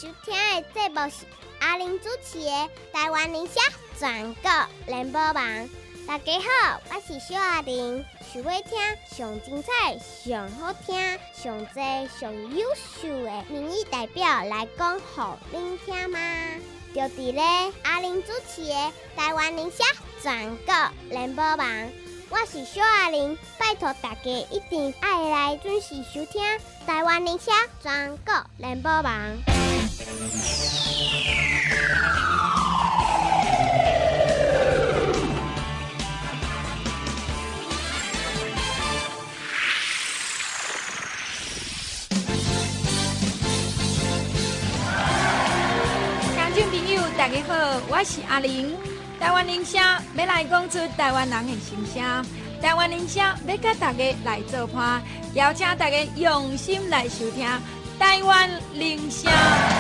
收听的节目是阿玲主持的《台湾人社全国联播网》。大家好，我是小阿玲，想要听上精彩、上好听、上多、上优秀的民意代表来讲予恁听吗？就伫咧阿玲主持的《台湾人社全国联播网》。我是小阿玲，拜托大家一定要来准时收听台湾人社全国联播网。 听众朋友，大家好，我是阿玲。台湾人社要来讲出台湾人的心声，台湾人社要甲大家来做伴，邀请大家用心来收听台湾人社。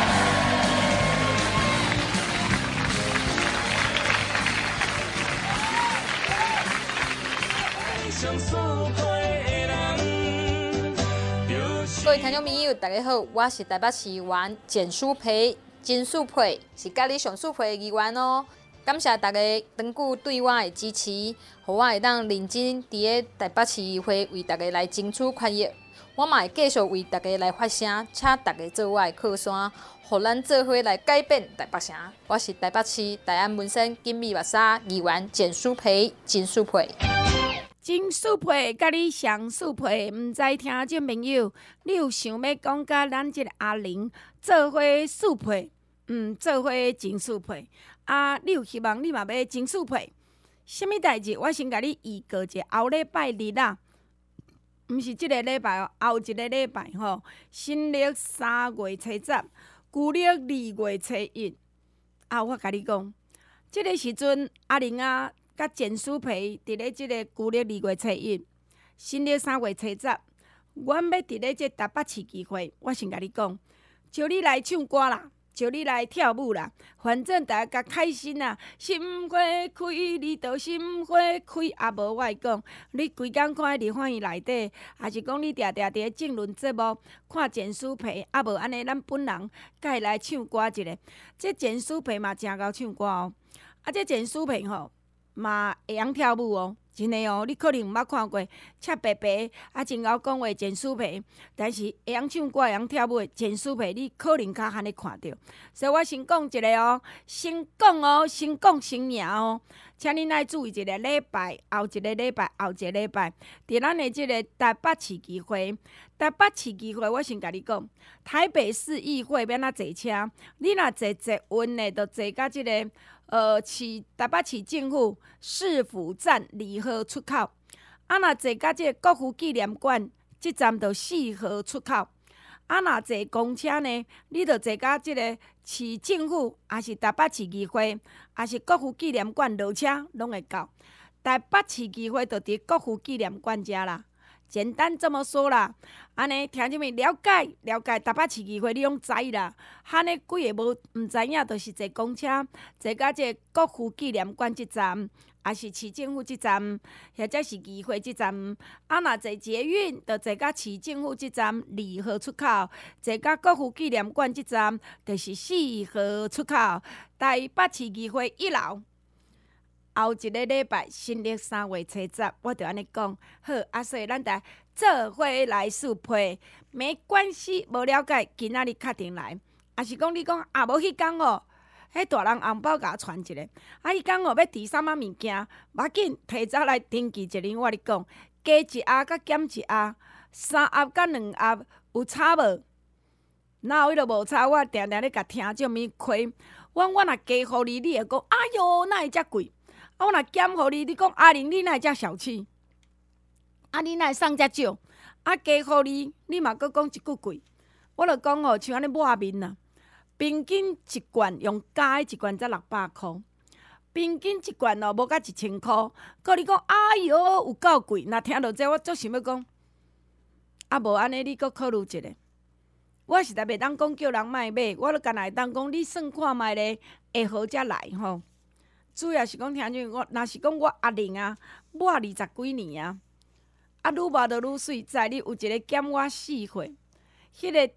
各位听众朋友，大家好，我是台北市议员简淑培，金淑培是家里上淑培的议员哦。感谢大家长久对我的支持，予我会当认真伫咧台北市议会为大家来争取权益。我嘛会继续为大家来发声，请大家做我的靠山，予咱做伙来改变台北城。我是台北市大安文山金美目沙议员简淑培，金淑培。 真速配，甲你上速配，毋知听众朋友，你有想要讲甲咱即个阿玲做伙速配，做伙真速配啊？你有希望你嘛要真速配？什么代志？我先甲你预告者，后礼拜日啊，毋是即个礼拜哦，后一个礼拜吼，新历3月初10，旧历2月初1啊，我甲你讲，即个时阵阿玲啊。甲简淑培伫咧即个旧历2月初1，新历3月初10，阮要伫咧即台北市议会，我先甲你讲，招你来唱歌啦，招你来跳舞啦，反正大家较开心啦。心花开，你著心花开，啊无我会讲，你规工看伫欢喜内底，还是讲你定定伫咧政论节目看简淑培，啊无安尼咱本人甲伊来唱歌一下。这简淑培嘛真够唱歌哦，啊这简淑培吼。嘛会晓跳舞哦，真诶哦，你可能毋捌看过，赤白白啊，真够讲话简淑培，但是会晓唱歌、会晓跳舞的简淑培，你可能较罕咧看到。所以我先讲一个哦，先讲哦，先讲先赢哦，请恁来注意一个礼拜，后一个礼拜，后一个礼拜，伫咱的即个台北市议会，台北市议会，我先甲你讲，台北市议会要哪坐车？你若坐运的，就坐到即个。台北市政府市府站2号出口，啊，若坐到即个国父纪念馆，即站就4号出口。啊，若坐公车呢，你就坐到即个市政府，还是台北市议会，还是国父纪念馆落车，拢会到。台北市议会就伫国父纪念馆遮啦。简单这么说啦，安尼听众们了解台北市议会，你拢知啦。哈呢几个毋知影，就是坐公车，坐到这国父纪念馆即站，还是市政府即站，或者是议会即站。啊，若坐捷运，就坐到市政府即站2号出口，坐到国父纪念馆即站，就是4号出口。台北市议会1楼。后一个礼拜，新历3月初10，我就安尼讲好啊，所以咱得做伙来速配，没关系，无了解，今仔日确定来，啊是讲你讲啊，无迄天哦，迄大人红包甲我传一个，啊迄天哦要提啥物物件，无要紧，提早来登记一年，我咧讲，加一盒甲减一盒，3盒甲2盒有差无？哪有迄落无差？我定定咧甲听众咪亏，我若加互你，你会讲哎哟，哪会遮贵？啊，我若减互你，你讲阿玲，你哪会遮小气？啊，你哪会送遮少？啊，加互你，你嘛阁讲一句贵。我著讲吼，像安尼抹面啦，平均一罐用加的一罐才600箍，平均一罐哦无甲1000箍。搁你讲，哎哟，有够贵！若听到这，我足想要讲，啊无安尼，你阁考虑一下。我实在袂当讲叫人莫买，我著干那会当讲，你算看觅咧，会好才来吼。主要是讲听众，我若是讲我阿玲啊，抹20几年啊，愈抹就愈水。在你有一个减我4岁，迄个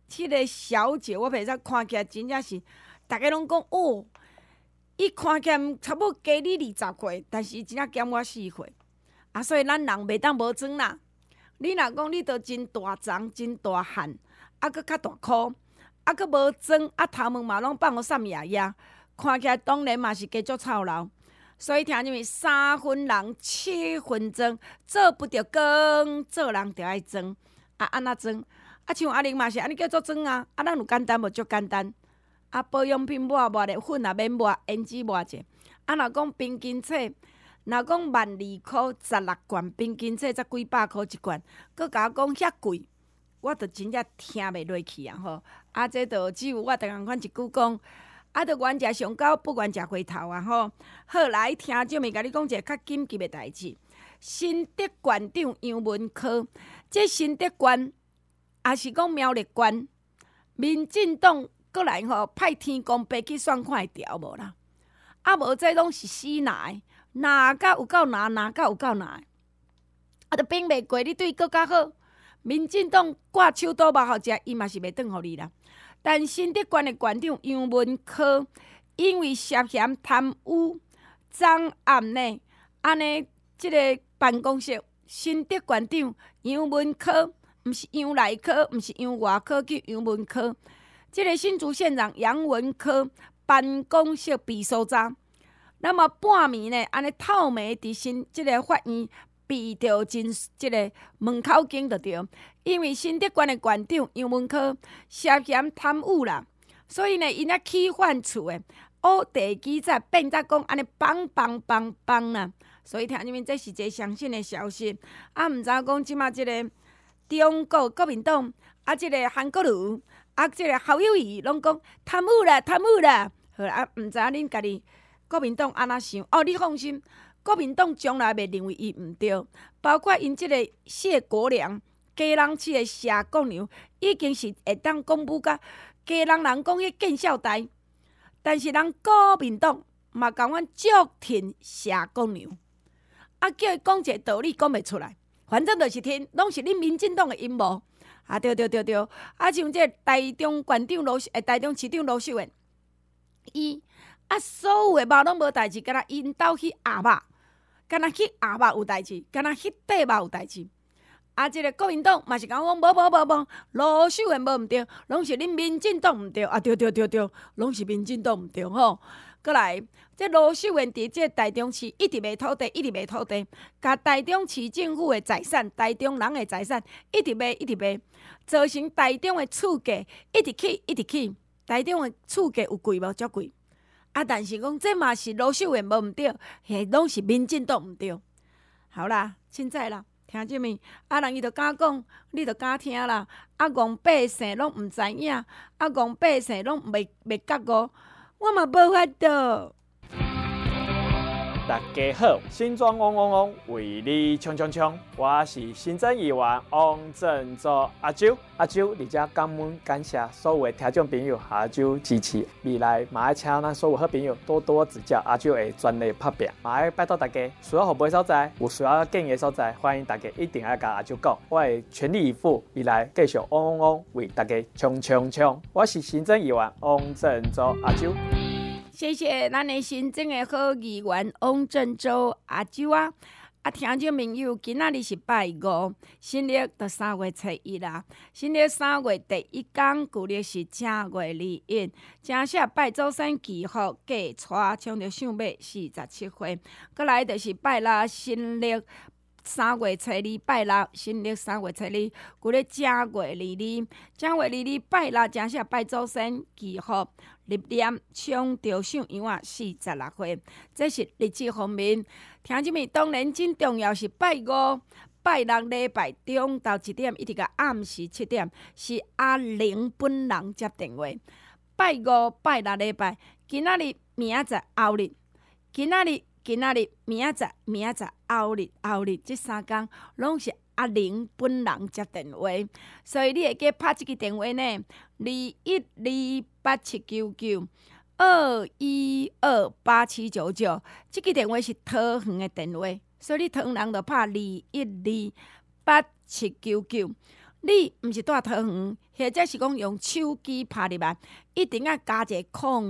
迄个小姐，我袂使看起来真正是，逐个拢讲哦，伊看起来差不多加你20岁，但是伊真正减我4岁。啊，所以咱人袂当无装啦。你若讲你着真大肠、真大汉，啊，搁较大箍，啊，搁无装，啊，头毛嘛拢放互散爷爷，看起来当然嘛是加足操劳。所以听入面3分人7分装，做不着工，做人着爱装。啊，安怎装？啊，像阿玲嘛是安尼叫做装啊。啊，咱有简单无？足简单。啊，保养品抹咧，粉也免抹，胭脂抹者。啊，若讲冰巾册。若讲12块16罐冰巾册，才几百块一罐，佮甲我讲遐贵，我着真正听袂落去啊！吼，啊，这着只有我逐共款一句讲，啊，着原食上狗，不愿食回头啊！吼，好来听众们甲你讲一个较紧急的代志。新竹县长杨文科，这新竹县也是讲苗栗县，民进党过来吼派天公伯去选看会调无啦？啊，无这拢是死拿的。哪甲有够难，哪甲有够难，啊！着拼袂过，你对佫较好。民进党挂手倒肉互食，伊嘛是袂转互你啦。但新竹县的县长杨文科，因为涉嫌贪污，昨暗呢，安尼即个办公室，新竹县长杨文科，毋是杨内科，毋是杨外科，叫杨文科。即个新竹县长杨文科办公室被搜查。那么半暝呢，安尼透暝伫新即个法院闭着真即个门口经着着，因为新竹县的县长杨文科涉嫌贪污啦，所以呢，因咧起犯厝的乌地记者变则讲安尼帮啦，所以听入面这是一个相信的消息，啊，毋知讲即马即个中国国民党啊，即个韩国瑜啊，即个侯友宜拢讲贪污啦，好啊，毋知恁家己。国民党安怎想？哦，你放心，国民党从来袂认为伊毋对，包括因即个谢国良、家人市的社公牛，已经是会当公布甲家人人讲迄见笑台，但是人国民党嘛共阮足挺社公牛，啊，叫伊讲一个道理讲袂出来，反正就是听，拢是恁民进党的阴谋。啊，对，啊，像这台中县长台中市长罗秀燕，伊。啊，所有的肉拢无代志，敢若因兜去鸭肉，敢若去鸭肉有代志，敢若去块肉有代志。啊，即个国民党嘛是讲无，罗秀燕无毋对，拢是恁民进党毋对。啊，对，拢是民进党毋对吼。过来，这罗秀燕伫这台中市一直卖土地，甲台中市政府的财产、台中人的财产一直卖，造成台中的厝价一直起，台中的厝价有贵无？足贵。啊！但是讲这嘛是罗秀燕无毋对，嘿，拢是民进党毋对。好啦，凊彩啦，听即面，啊人伊着敢讲，你着敢听啦。啊，戆百姓拢毋知影，啊，戆百姓拢袂觉悟，我嘛无法度。 大家好，新庄嗡嗡嗡为你冲，我是新增议员王振洲阿周，阿遮感恩感谢所有的听众朋友，阿周支持，未来嘛爱请咱所有好朋友多多指教，阿周会全力拍拼，嘛爱拜托大家，需要后备所在，有需要建议的所在，欢迎大家一定要甲阿周讲，我会全力以赴，未来继续嗡嗡嗡为大家冲，我是新增议员王振洲阿周。 谢谢咱的新增的好议员王振洲阿周啊！啊，听众朋友，今仔日是拜五，新历就3月初1啦。新历3月第1天，旧历是正月21，正式拜祖先祈福，嫁娶，冲着上尾47岁。过来就是拜六，新历3月初2拜六，新历3月初2，旧历正月22，正月22拜六，正式拜祖先祈福。立念冲着上羊啊46岁，这是日子方面。听即面当然真重要是拜五、拜六礼拜中昼1点一直到暗时7点，是阿玲本人接电话。拜五、拜六礼拜，今仔日、明仔载、后日，今仔日、明仔载、后日，这3天拢是阿玲本人接电话，所以你会记拍即个电话呢？21287992128799，即个电话是桃园的电话，所以你桃园人就拍21287992。 你毋是住桃园，或者是讲用手机拍入来，一定要加一个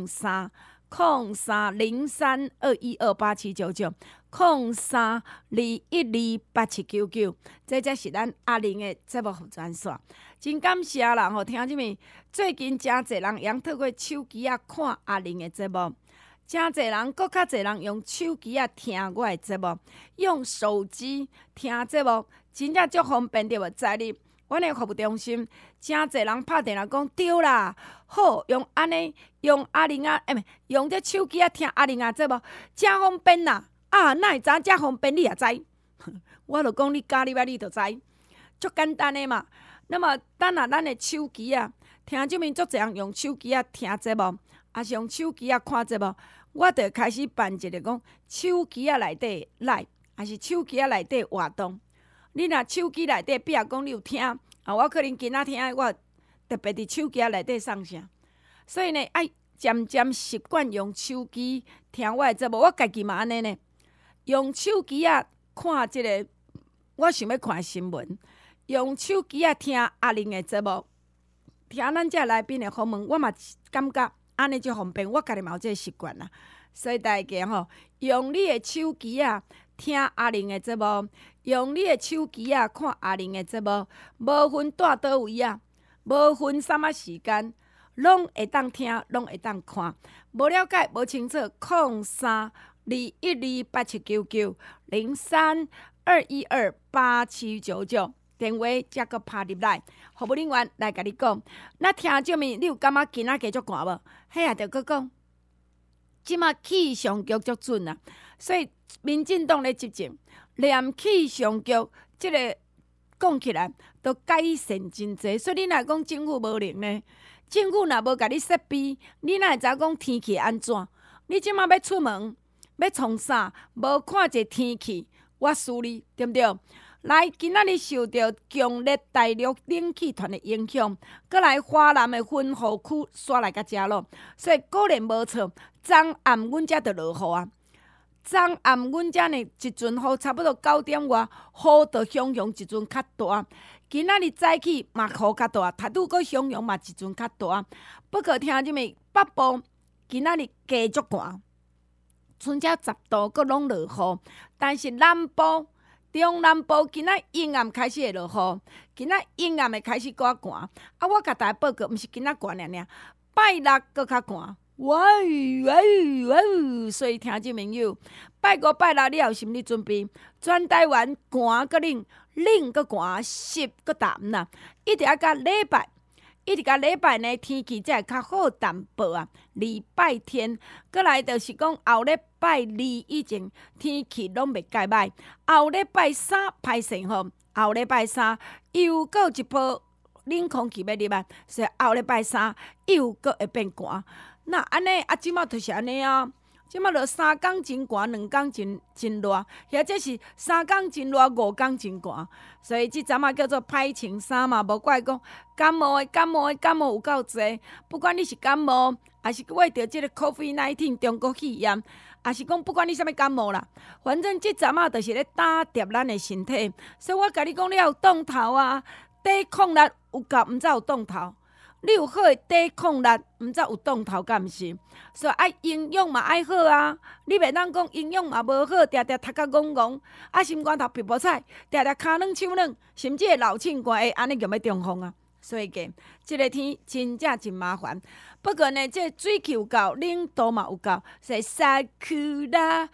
030218799032128799，这才是咱阿玲的节目服专线。真感谢啦！听姊妹，最近真侪人用透过手机看阿玲的节目，真侪人，搁较侪人用手机听我的节目，用手机听节目，真正足方便对无？在你阮的服务中心，真侪人拍电话讲对啦，好用安尼，用阿玲用这手机听阿玲节目，真方便啦！哪会知遮方便？你也知？我就讲你加入你就知，足简单的嘛。那么等下咱的手机听即面足侪人用手机听节目，也是用手机看节目，我就开始办一个讲手机内底来，还是手机内底活动。你若手机内底，比如讲你有听我可能今仔听我特别伫手机内底送啥，所以呢，爱渐渐习惯用手机听我的节目。我家己嘛安尼呢，用手机看即个我想要看新闻。用手机听阿玲的节目，听咱遮来宾的访问，我嘛感觉安尼就方便。我家己嘛有这个习惯啦，所以大家用你的手机听阿玲的节目，用你的手机看阿玲的节目，无分住倒位无分啥物时间，拢会当听，拢会当看。无了解、无清楚，032128799032128799。电话才阁拍入来，服务人员来甲你讲。那听这面，你有感觉今仔加足寒无？迄也着阁讲，即马气象局足准啊，所以民进党咧执政，连气象局即个讲起来都改善真济。所以你若讲政府无灵呢？政府若无甲你设备，你哪会知讲天气安怎？你即马要出门，要创啥？无看者天气，我输你，对毋对？来，今仔日受到强烈大陆冷气团的影响，搁来华南的云雨区刷来甲遮咯，所以果然无错。昨暗阮遮就落雨昨暗阮遮呢一阵雨差不多9点外，雨就汹涌一阵较大。今仔日早起嘛雨较大，塔拄搁汹涌嘛一阵较大。不过听入面北部今仔日加足寒，剩遮10度搁拢落雨，但是南部。中南部今仔阴暗开始会落雨，今仔阴暗会开始搁寒。我甲大家报告，毋是今仔寒尔，拜六搁较寒。所以听众朋友，拜五拜六你有心理准备，全台湾寒搁冷，冷搁寒，湿搁淡啦。一直到礼拜。一直到礼拜呢，天气才会较好淡薄礼拜天，搁来就是讲后礼拜二以前，天气拢袂介歹。后礼拜三歹势后礼拜三又搁一波冷空气要入来，所以后礼拜三又搁会变寒。那安尼即马就是安尼即马就3天真寒，2天真热，或者是3天真热，5天真寒。所以即阵叫做歹穿衫嘛，无怪讲感冒有够侪。不管你是感冒，还是为着即个 COVID-19 中国肺炎，还是讲不管你啥物感冒啦，反正即阵就是咧打叠咱的身体。所以我甲你讲，你要有冻头抵抗力有够，毋则有冻头。你有好的抵抗力，毋则有冻头，敢毋是？所以营养嘛爱好你袂当讲营养嘛无好，定定头壳戆戆，心肝头皮无彩，定定骹软手软，甚至会脑凊寒，会安尼就要中风所以即个天真正真麻烦。不过呢，这水气有够，冷度嘛有够，所以sakura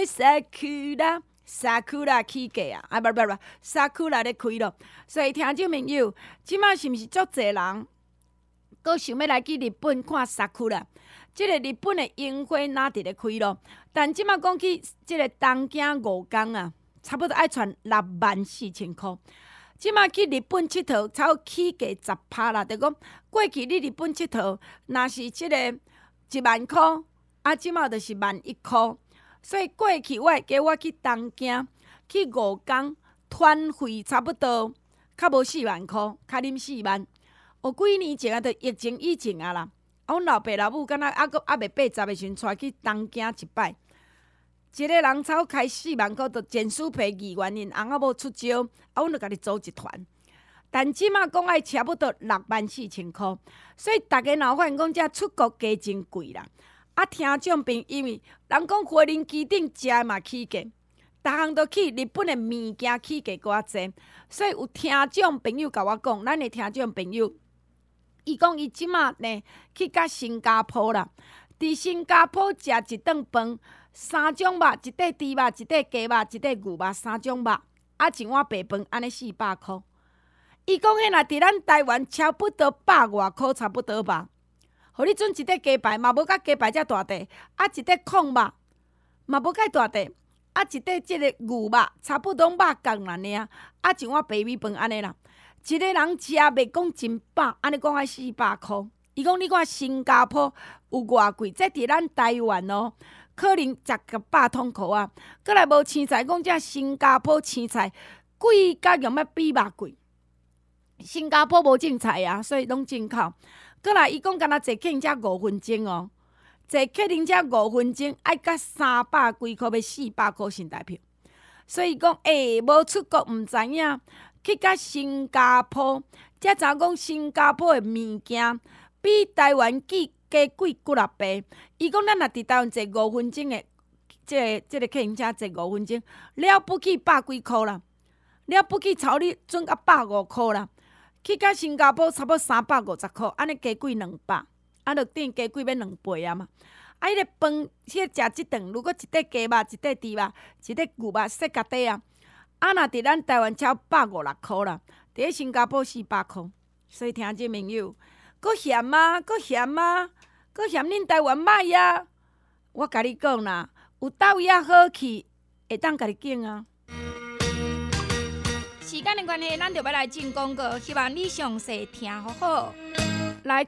起价不sakura咧开咯。所以听众朋友，即马是毋是足侪人？阁想要来去日本看sakura，即个日本的樱花哪伫咧开咯？但即马讲去即个东京5天差不多爱传64000块。即马去日本佚佗，才有起价10%啦。就讲过去你日本佚佗，若是即个10000块，即马就是11000块。所以过去我会加我去东京去5天，团费差不多较无40000块，较啉4万。几年前就疫情以前啦，阮老爸老母敢若未80的时阵，带去东京一摆，一个人才开4万块，就前输赔2万因翁仔某出招，阮就家己组一团。 但即马讲爱差不多64000箍，所以大家若发现讲遮出国加真贵啦。啊，听众朋友，因为人讲花莲机顶食的嘛起价，逐项都起，日本的物件起价搁较济，所以有听众朋友甲我讲，咱的听众朋友，伊讲伊即马呢去甲新加坡啦，伫新加坡食一顿饭，3种肉，一块猪肉，一块鸡肉，一块牛肉，3种肉，啊一碗白饭，安尼400箍。伊讲迄若伫咱台湾差不多100外箍，差不多吧。互你准一块鸡排，嘛无甲鸡排遮大块，啊一块控肉，嘛无介大块，啊一块即个牛肉，差不多肉羹啦尔，啊一碗白米饭安尼啦。一个人食袂讲真饱，安尼讲爱400箍。伊讲你看新加坡有偌贵，这伫咱台湾哦，可能食个100通箍啊。过来无青菜，讲遮新加坡青菜贵甲用要比肉贵。新加坡无种菜啊，所以拢进口。过来，伊讲敢若坐客人遮5分钟哦，坐客人遮5分钟爱甲300几箍，要400箍新台币。所以讲，无出国毋知影，去甲新加坡，才知影讲新加坡的物件比台湾加贵几6倍。伊讲咱若伫台湾坐5分钟的，即个客人遮坐5分钟，了不起100几箍啦，了不起超你准到150箍啦。去到新加坡差不多350箍，安尼加贵200，啊，就等于加贵要2倍啊嘛。啊，迄个饭，迄个食即顿，如果一块鸡肉、一块猪肉、一块牛肉，说甲底啊，啊，若伫咱台湾超156箍啦，伫咧新加坡400箍。所以听众朋友，搁嫌啊，搁嫌啊，搁嫌恁台湾歹啊！我甲你讲啦，有斗野好去，会当甲你拣啊。时间的关系，咱就要来进广告，希望你详细听好好。来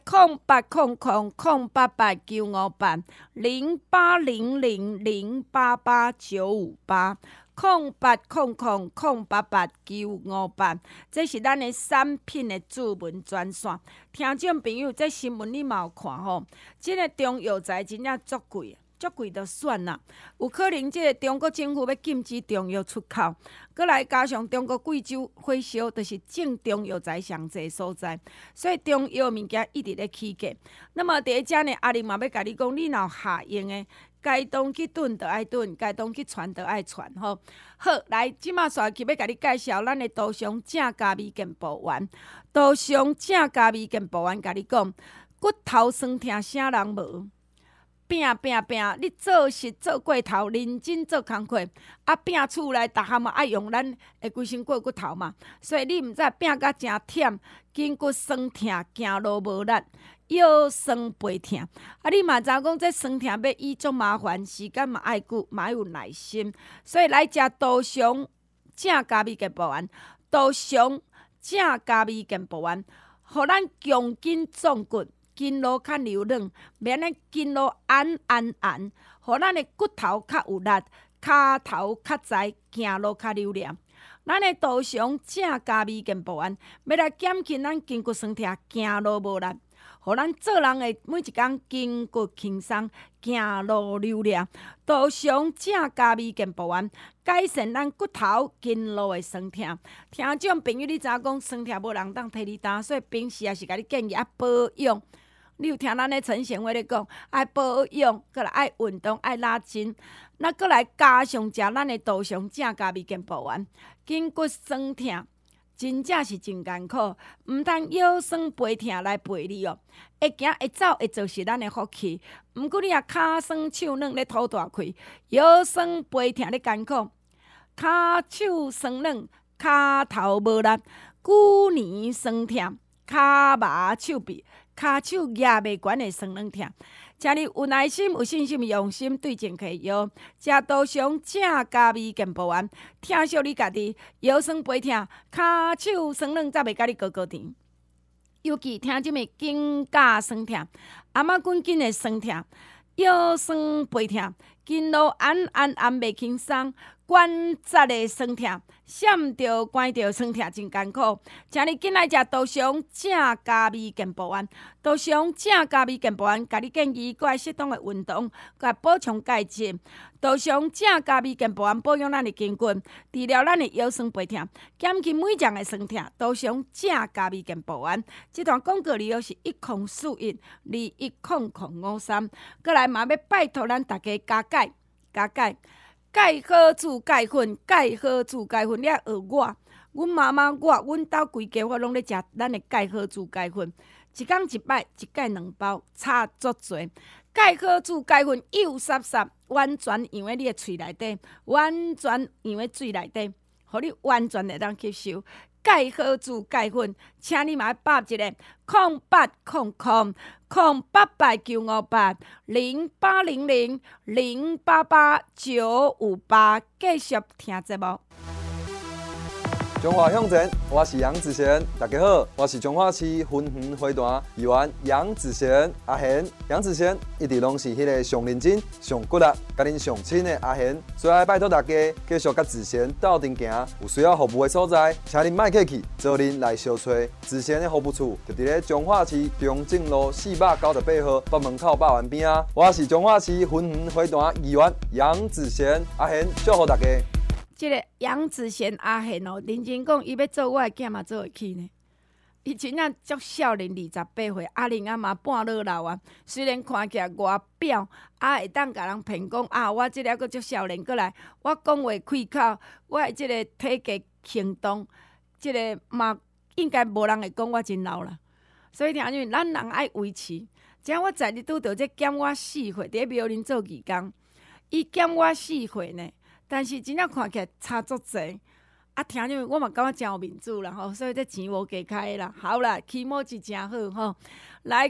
0800088958，0800088958，这是咱的产品的主文专线。听众朋友，这新闻你嘛有看吼？这个中药材真正足贵。足贵就算啦，有可能即个中国政府要禁止中药出口，搁来加上中国贵州火烧，就是种中药材上济所在，所以中药物件一直咧起价。那么第一遮呢，阿玲嘛要甲你讲，你若有下用的，该当去炖就爱炖，该当去传就爱传吼。好，来，即马刷去要甲你介绍咱的刀上正加味健保丸。刀上正加味健保丸，甲你讲，骨头酸痛啥人无？拼，你做事做过头，认真做工课，啊拼厝内逐项嘛爱用咱的规身骨头嘛，所以你毋知拼甲真忝，筋骨酸痛，行路无力，腰酸背痛，啊你嘛知影讲这酸痛要医足麻烦，时间嘛爱久，嘛要有耐心，所以来食刀上正加味健保丸，刀上正加味健保丸，互咱强筋壮骨。筋路较柔软，免咧筋路按，互咱的骨头较有力，骹头较在，行路较流利。咱的刀上正加味健保丸，要来减轻咱筋骨酸痛、行路无力，互咱做人的每一工筋骨轻松，行路流利。刀上正加味健保丸，改善咱骨头筋路的酸痛。听众朋友，你知影讲酸痛无人当替你担，所以平时也是甲你建议爱保养。你有听咱的陈贤话咧讲，爱保养，过来爱运动，爱拉筋，那过来加上食咱的刀上正加味健保丸，筋骨酸痛真正是真艰苦，毋通腰酸背痛来陪你哦。会行会走会做是咱的福气，毋过你也骹酸手软咧吐大气，腰酸背痛咧艰苦，骹手酸软，骹头无力，久年酸痛，骹麻手臂。骹手举袂悬的酸软痛，请你有耐心、有信心、用心对症下药，食刀上正加味健保丸，疼惜你家己，腰酸背痛、骹手酸软，才袂甲你高高甜。尤其听即个颈胛酸痛、阿妈滚筋的酸痛、腰酸背痛、筋路按袂轻松，骨关节的酸痛，闪着关着酸痛真艰苦，请你紧来食杜松正加味健步丸。杜松正加味健步丸，甲你建议过来适当的运动，甲补充钙质。杜松正加味健步丸保养咱的筋骨，治疗咱的腰酸背痛，减轻每项的酸痛。杜松正加味健步丸，这段广告里又是1041210053。过来嘛要拜托咱大家加钙，加钙。钙好煮钙粉，钙好煮钙粉，你要学我。阮妈妈阮兜规家伙拢咧食咱的钙好煮钙粉，一天一摆，一盖2包，差足侪。钙好煮钙粉幼湿湿，完全用在你的喙内底，完全用在水内底，互你完全会当吸收。钙好煮钙粉，请你嘛要报一个08000808000888988958，继续听节目。 中华向前，我是杨子贤，大家好，我是彰化市分园花坛议员杨子贤阿贤。杨子贤一直拢是迄个上认真、上骨力、甲恁上亲的阿贤，所以拜托大家继续甲子贤斗阵行，有需要服务的所在，请恁莫客气，找恁来相找。子贤的服务处就伫咧彰化市中正路498号北门口百元边啊。我是彰化市分园花坛议员杨子贤阿贤，祝福大家。 即个杨子贤阿贤哦，认真讲，伊要做我的囝嘛做会起呢。伊真正足少年，28岁，阿玲阿妈半老老啊。虽然看起来外表会当甲人骗讲我即个阁足少年，过来我讲话开口，我的即个体格行动，即个嘛应该无人会讲我真老啦。所以听见咱人爱维持。只我昨日拄到这减我4岁，伫咧庙林做义工，伊减我4岁呢。但是真正看起来差足济，听见我嘛感觉真有面子啦吼，所以这钱无加开啦。好啦，起码是真好吼。来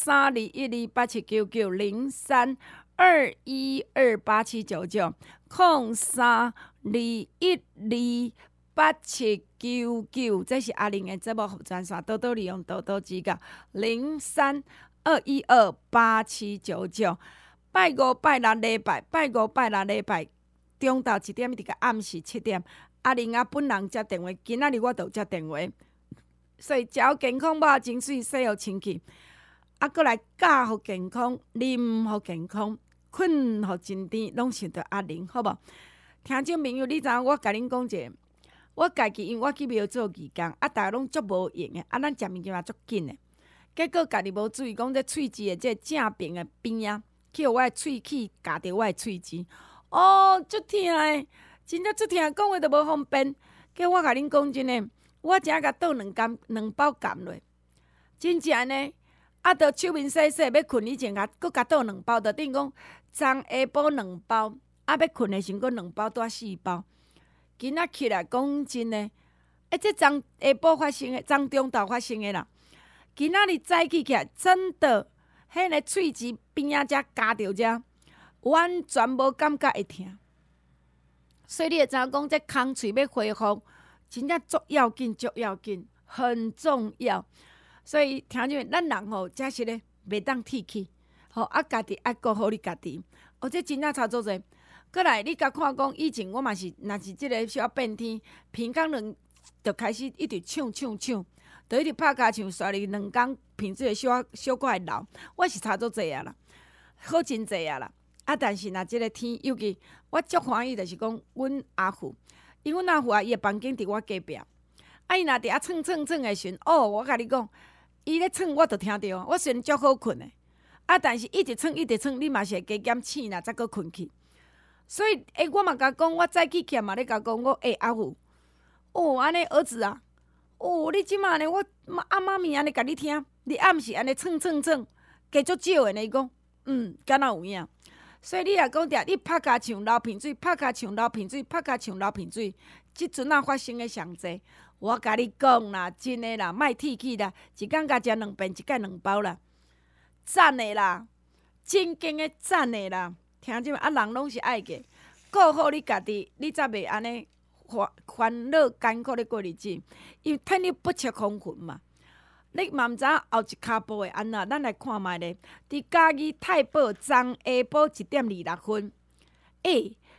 0321287990，03212799，这是阿玲的节目服专线，多多利用，多多指教。0321287999，拜五拜六礼拜，中昼1点直到暗时7点，阿玲本人接电话，今仔日我就接电话。所以食好健康，饱情水，洗好清气，过来教好健康，啉好健康，困好真甜，拢想着阿玲，好无？听众朋友，你知影我甲恁讲者，我家己因为我去庙做义工，逐个拢足无用的，咱食物件嘛足紧的，结果家己无注意讲这喙齿的这正边的边啊，去互我的喙齿夹着我的喙齿。足疼的，真正足疼，讲话都无方便。叫我甲恁讲真诶，我真甲倒2包含落，真正呢。着手面洗洗，要困以前佫甲倒2包，着等于讲昨下晡2包，要困诶时，佫2包带4包。今仔起来讲真诶，这昨下晡发生诶，昨中昼发生诶啦。今仔日早起起来，真的，迄个喙齿边仔遮夹着遮。完全无感觉会疼，所以你会知影讲，这空喙要恢复，真正足要紧，足要紧，很重要。所以听见咱人吼，真是咧袂当铁气，吼家己爱顾好你家己。这真正差足济。过来，你甲看讲，以前我嘛是，若是即个小变天，鼻孔就开始一直呛，就一直拍骹唱，刷哩2工，鼻水会小可会流。我是差足济啊啦，好真济啊啦。但是若即个天，尤其我足欢喜，就是讲阮阿父，因阮阿父伊的房间伫我隔壁，伊若伫蹭的时阵，我甲你讲，伊咧蹭我就听着，我虽然足好困的，但是一直蹭，你嘛是会加减醒啦，才搁困去。所以我嘛甲讲，我早起起嘛咧甲讲，我阿父，安尼儿子啊，你即马呢，我妈咪安尼甲你听，你暗时安尼蹭，加足少的呢，伊讲，敢若有影。所以你若讲着，你拍骹唱流鼻水，拍骹唱流鼻水，拍骹唱流鼻水，即阵发生的上济。我甲你讲啦，真诶啦，莫铁气啦，一工甲食2遍，一盖2包啦，赞诶啦，真经诶赞诶啦。听见没？人拢是爱个，顾好你家己，你才袂安尼烦恼艰苦咧过日子。因为天日不测风云嘛。你嘛毋知影后一骹步会安怎？咱来看觅咧。伫嘉义太保昨下晡1点26分，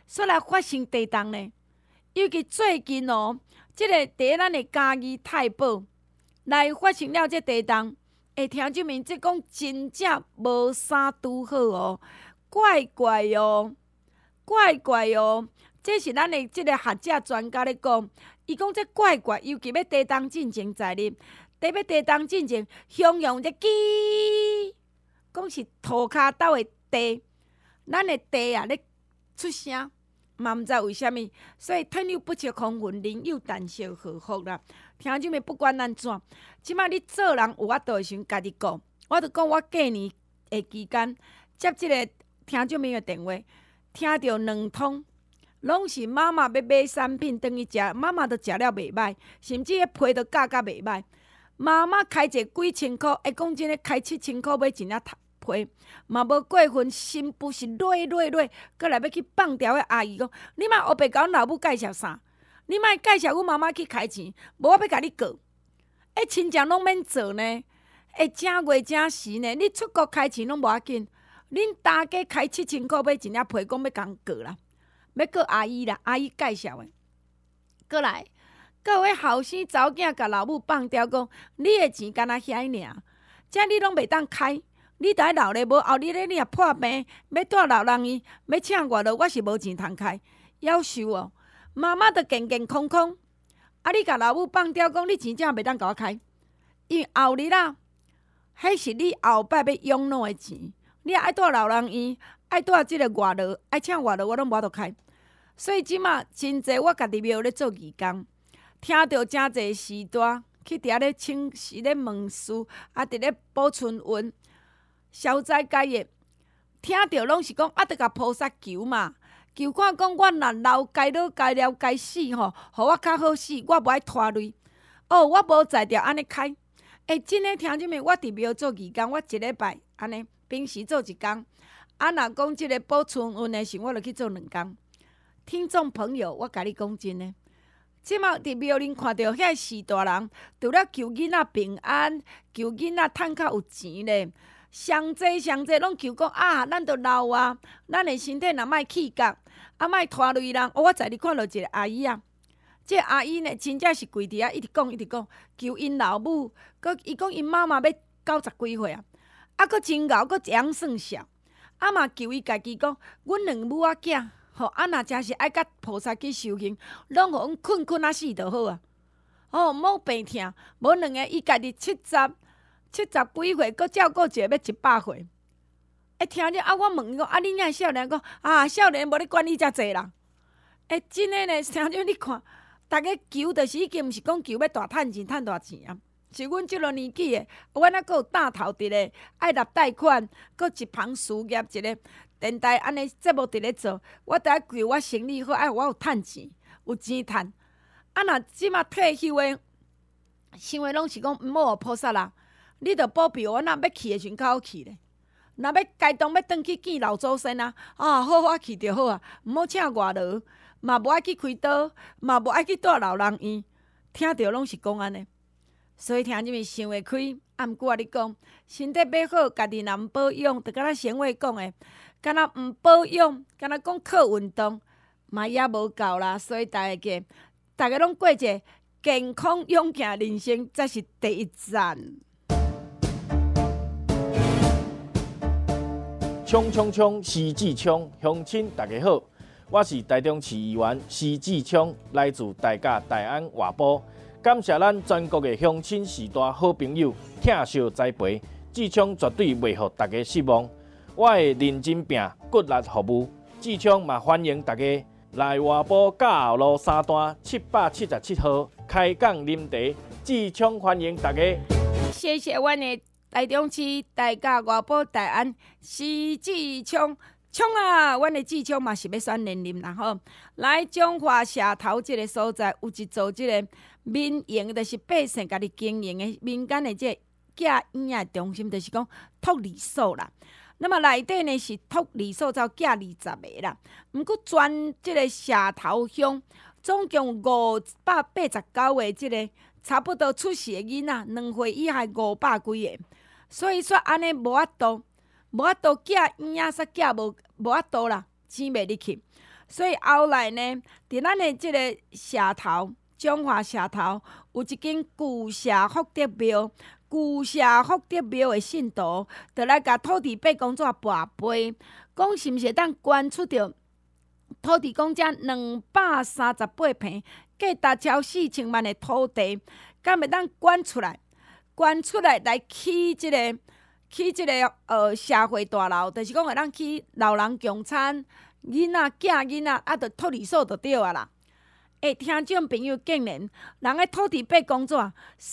煞来发生地动呢？尤其最近哦，即个伫咱的嘉义太保来发生了这地动，听众们即讲真正无啥拄好哦，怪怪哦，怪怪哦。这是咱的即个学者专家咧讲，伊讲这怪怪，尤其要地动进前在哩，要地动进前，形容这叽，讲是涂骹斗的地，咱的地啊咧出声。嘛毋知为虾米，所以天有不测风云，人有旦夕祸福啦。听众们不管安怎，即摆你做人有法度的时阵，家己顾。我著讲我过年的期间接即个听众们的电话，听到2通，拢是妈妈要买产品转去食，妈妈都食了袂歹，甚至迄批都价袂歹。妈妈开一个几千箍，讲真诶，开7000箍买一领批，嘛无过分，心不是累，过来要去放掉的阿姨讲，你莫黑白甲阮老母介绍啥？你莫介绍阮妈妈去开钱，无我要甲你告。亲情拢免做呢，正月正时呢，你出国开钱拢无要紧，恁大家开7000箍买一领皮，讲要共告啦，要告阿姨啦，阿姨介绍的。过来，各位后生查某囝甲老母放掉讲，你的钱干那遐尔，这你拢袂当开。你著爱留咧，无后日咧你若破病，要住老人院，要请外劳，我是无钱通开，夭寿哦！妈妈著健健康康，你甲老母放掉讲，你钱正袂当甲我开，因为后日啊，迄是你后摆要养老的钱，你爱住老人院，爱住即个外劳，爱请外劳，我拢无法度开。所以即马真济我家己庙咧做义工，听到真济时代去伫遐咧请示咧问事，伫咧保春运。消灾解厄，听到拢是讲著甲菩萨求嘛，求看讲我若老该老该了该死吼，互我较好死，我无爱拖累。我无在着安尼开。真诶，听众们，我伫庙做义工，我一礼拜安尼，平时做1工，若讲即个保春运诶时，我就去做2工。听众朋友，我甲你讲真诶，即马伫庙林看到遐士大人，除了求囡仔平安，求囡仔趁较有钱咧。上济拢求讲咱都老啊，咱的身体若莫气角，莫拖累人。我在你看到一个阿姨啊，这阿姨呢，真正是跪伫遐一直讲，求因老母，伊讲因妈妈要90几岁啊，佫真敖，佫样算小，嘛求伊家己讲，阮2母仔囝，若真是爱甲菩萨去修行，拢互阮困死就好啊。莫病痛，无2个伊家己70几岁，佫照顾一个要100岁。听着我问伊讲，你遐少年讲少年无咧管你遮济啦。真诶呢，听着你看，逐个求就是已经毋是讲求要大趁钱、趁大钱啊，是阮即落年纪诶，阮佫有大头伫咧，爱纳贷款，佫一旁事业一个电台安尼节目伫咧做，我著爱求我生理好，爱我有趁钱，有钱趁。若即马退休诶，想诶拢是讲毋好菩萨啦。你著保庇我，若要去诶时阵较好去咧。若要该当要转去见老祖先好好去就好啊，毋好请外劳，嘛无爱去开刀，嘛无爱去住老人院。听着拢是讲安尼，所以听你们想会开。毋过你讲，身体要好，家己若毋保养，就敢若先话讲诶，敢若毋保养，敢若讲靠运动，嘛也无够啦。所以大家拢过一个健康勇健人生，才是第一站。 冲冲冲！施志聪，乡亲大家好，我是台中市议员施志聪，来自大甲大安外埔。感谢咱全国的乡亲士大好朋友疼惜栽培，志聪绝对袂互大家失望。我会认真拼，骨力服务。志聪嘛欢迎大家来外埔嘉后路3段777号开讲啉茶。志聪欢迎大家。 谢谢阮的台中市大甲外埔大安施志聪啊，阮的志聪嘛是要选连任啦吼。来中华社头即个所在有一座即个民营，就是百姓家己经营的民间的即个寄婴的中心，就是讲托儿所啦。那么内底呢是托儿所才寄20个啦，毋过全即个社头乡总共589个即个差不多出世的囡仔，2岁以下500几个。所以说安尼无法度寄婴仔煞寄无法度啦，钱袂入去。 所以后来呢，伫咱的即个社头，中华社头有一间旧社福德庙，旧社福德庙的信徒，就来甲土地伯公怎跋杯，讲是毋是会当捐出着土地公遮238坪，计达超4000万的土地，敢会当捐出来？捐出来来起即个社会大楼，就是讲会当起老人共餐，囝仔囝囡仔啊，着托儿所就对啊啦。听众朋友，竟然人个土地伯公怎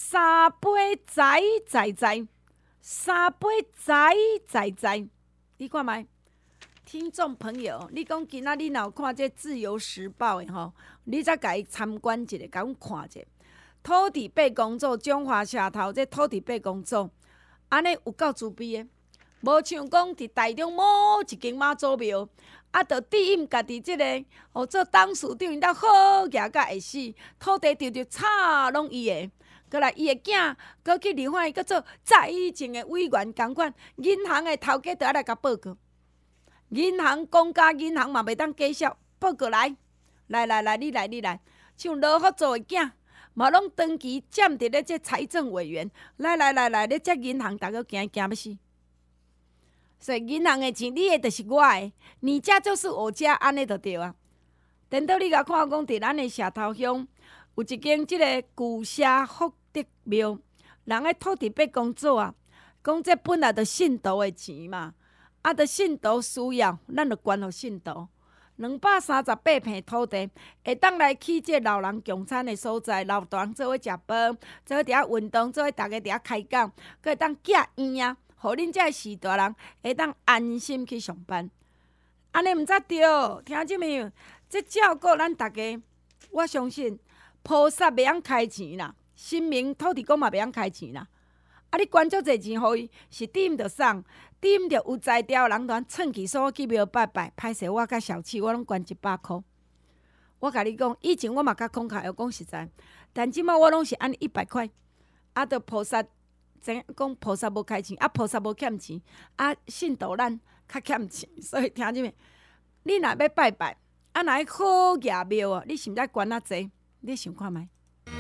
3杯财，3杯财，你看觅？听众朋友，你讲今仔日若有看这《自由时报》的吼，你才甲伊参观一下，甲阮看者。土地伯公组中华社头这土地伯公组，安尼有够自卑的，无像讲伫台中某一间妈祖庙，啊，着第一家己即个做董事长，因兜好业甲会死，土地着差拢伊的。过来，伊的囝搁去立法院，搁做财政的委员，共款银行的头家着爱来甲报告。银行公家银行嘛袂当假销，报告来，你来，像罗福做的囝。嘛，拢长期占伫咧这财政委员，来，咧这银行逐个惊要死。所以银行的钱，你的就是我的，你家就是我家，安尼就对啊。等到你甲看讲，伫咱的社头乡有一间即个旧社福德庙，人个土地伯公组啊，讲这本来就信徒的钱嘛，啊，着信徒需要，咱就捐互信徒。238坪土地，会当来起这老人共餐的所在，老大人做伙食饭，做伙伫遐运动，做伙逐个伫遐开讲，佫会当寄院啊，互恁遮士大人会当安心去上班。安尼毋则对，听见没有？这照顾咱逐个，我相信菩萨袂晓开钱啦，神明土地公嘛袂晓开钱啦。啊，你捐足侪钱互伊，是点着送。点着有才调人团蹭起所去庙拜拜，歹势我甲小七我拢捐100箍。我甲你讲，以前我嘛甲慷慨，要讲实在，但即摆我拢是按100块。啊，着菩萨，真讲菩萨无开钱，啊菩萨无欠钱，啊信徒咱较欠钱，所以听见没？你若要拜拜，啊若好业庙哦，你是毋是捐较济？你想看觅？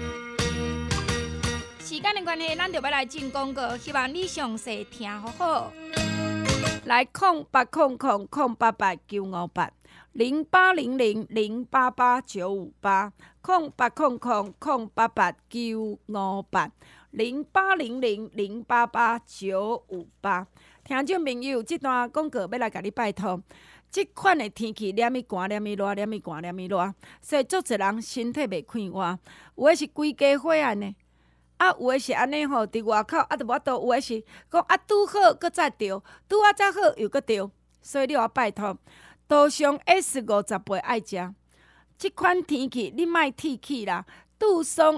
时间的关系，咱就要来进广告，希望你详细听好好。来0800-088-958，0800-088-958，0800-088-958。听众朋友，这段广告要来甲你拜托。即款的天气，黏咪寒，黏咪热，黏咪寒，黏咪热，所以足侪人身体袂快活，有诶是规家伙安尼。啊，有诶是安尼吼，伫外口啊，都无法度；有诶是讲啊，拄好搁再着，拄啊再好又搁着。所以你我拜托，多上 S50杯爱食。即款天气你莫铁气啦，杜松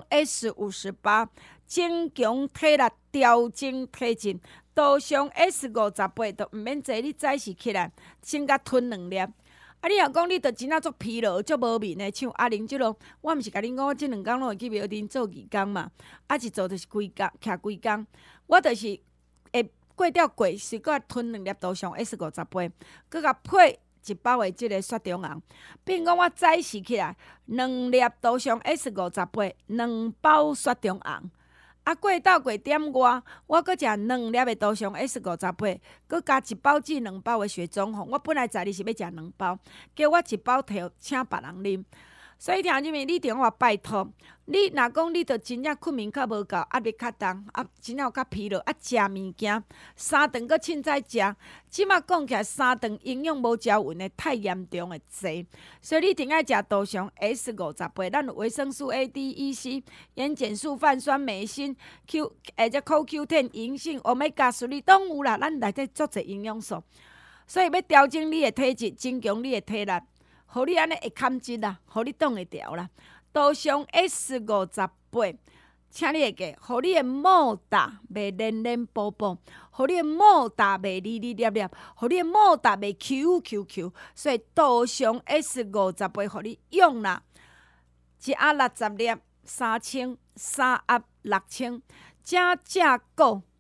S58，增强体力，调整体质。多上 S50杯都毋免坐，你早时起来先甲吞2粒。啊，你若讲你着真正足疲劳、足无面的，像阿玲即落，我毋是甲恁讲，我即2工拢会去庙顶做义工嘛。啊，一做就是规工，徛规工。我就是会过掉过，是搁吞2粒多上 S50杯，搁甲配1包的即个雪中红。比如讲，我早时起来2粒多上 S50杯，2包雪中红。啊，过到过点外，我搁食2粒的多上 S50杯，搁加1包至2包的雪中红。我本来昨日是要食2包，叫我1包摕请别人啉。所以听见没？你电话拜托，你若讲你着真正困眠较无够，压力较重，啊，真正有较疲劳，啊，食物件3顿搁凊彩食，即马讲起来3顿营养无交匀的太严重的济，所以你一定爱食多上 S50杯，咱有维生素 A、D、E、C、盐碱素、泛酸、镁、锌、这 CoQ10、银杏、Omega-3拢有啦，咱内底足侪营养素，所以要调整你的体质，增强你的体力。互你安尼会堪质啦，互你挡会牢啦。多上 S50杯，请你会记，互你的毛大袂黏黏薄薄，互你的毛大袂哩哩粒粒，互你的毛大袂 Q。所以多上 S50杯，互你用啦。1盒60粒，3000，3盒6000，正价购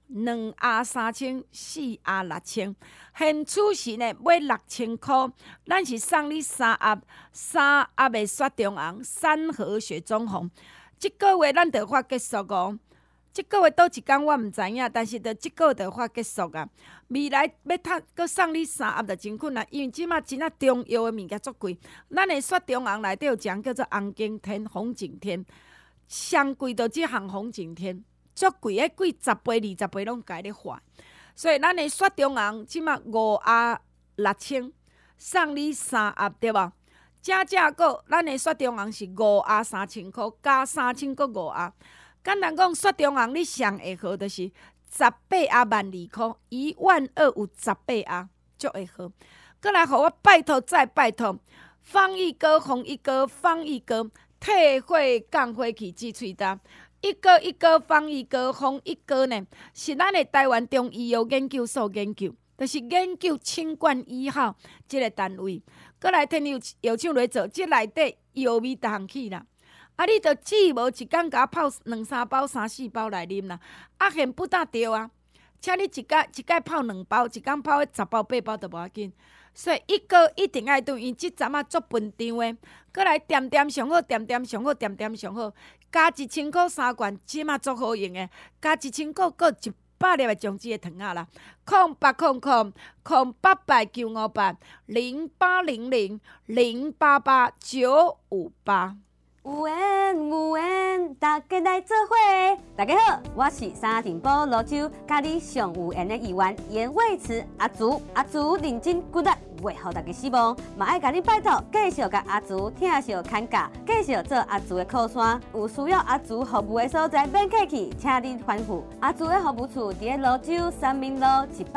2盒3000，4盒6000。现此时呢，买6000块，咱是送你3盒的雪中红、3盒雪中红。即个月咱就发结束哦。即个月倒一天我毋知影，但是即个月就发结束啊。未来要搁送你3盒就真困难，因为即马真啊中药的物件足贵。咱的雪中红内底有一项叫做红景天、红景天，上贵就即项红景天，足贵的贵10倍、20倍拢家咧发。所以咱的雪中红即马5盒6000，送你3盒对无？正个咱的雪中红是5盒3000块，加3000个5盒。简单讲，雪中红你上会好就是18盒12000块，12000有18盒，足会好。过来，互我拜托再拜托，方一哥、洪一哥、方一哥，退火降火气治喙焦。一哥、方一哥、洪一哥呢，是咱的台湾中医药研究所研究，就是研究清冠一号即个单位。过来，天药厂来做，即内底药味逐项去啦。啊，你着只无一工甲泡2-3包、3-4包来啉啦。啊，现不大对啊，请你一摆泡2包，一工泡10包、8包都无要紧。所以一个一定爱对，因即阵啊足分场的。过来点点上好，点点上好，点点上好。加1000块3罐，即马足好用的。加1000块，搁100粒的种子的糖仔啦。0800-0800-0888-0888-958。 有缘有缘，大家来做伙。大家好，我是沙尘暴泸州，甲你上有缘的议员严伟慈阿竹。阿竹认真骨力，袂互大家失望。嘛爱甲你拜托，继续甲阿竹听小看教，继续做阿竹的靠山。有需要阿竹服务的所在，免客气，请你吩咐。阿竹的服务处伫泸州三民路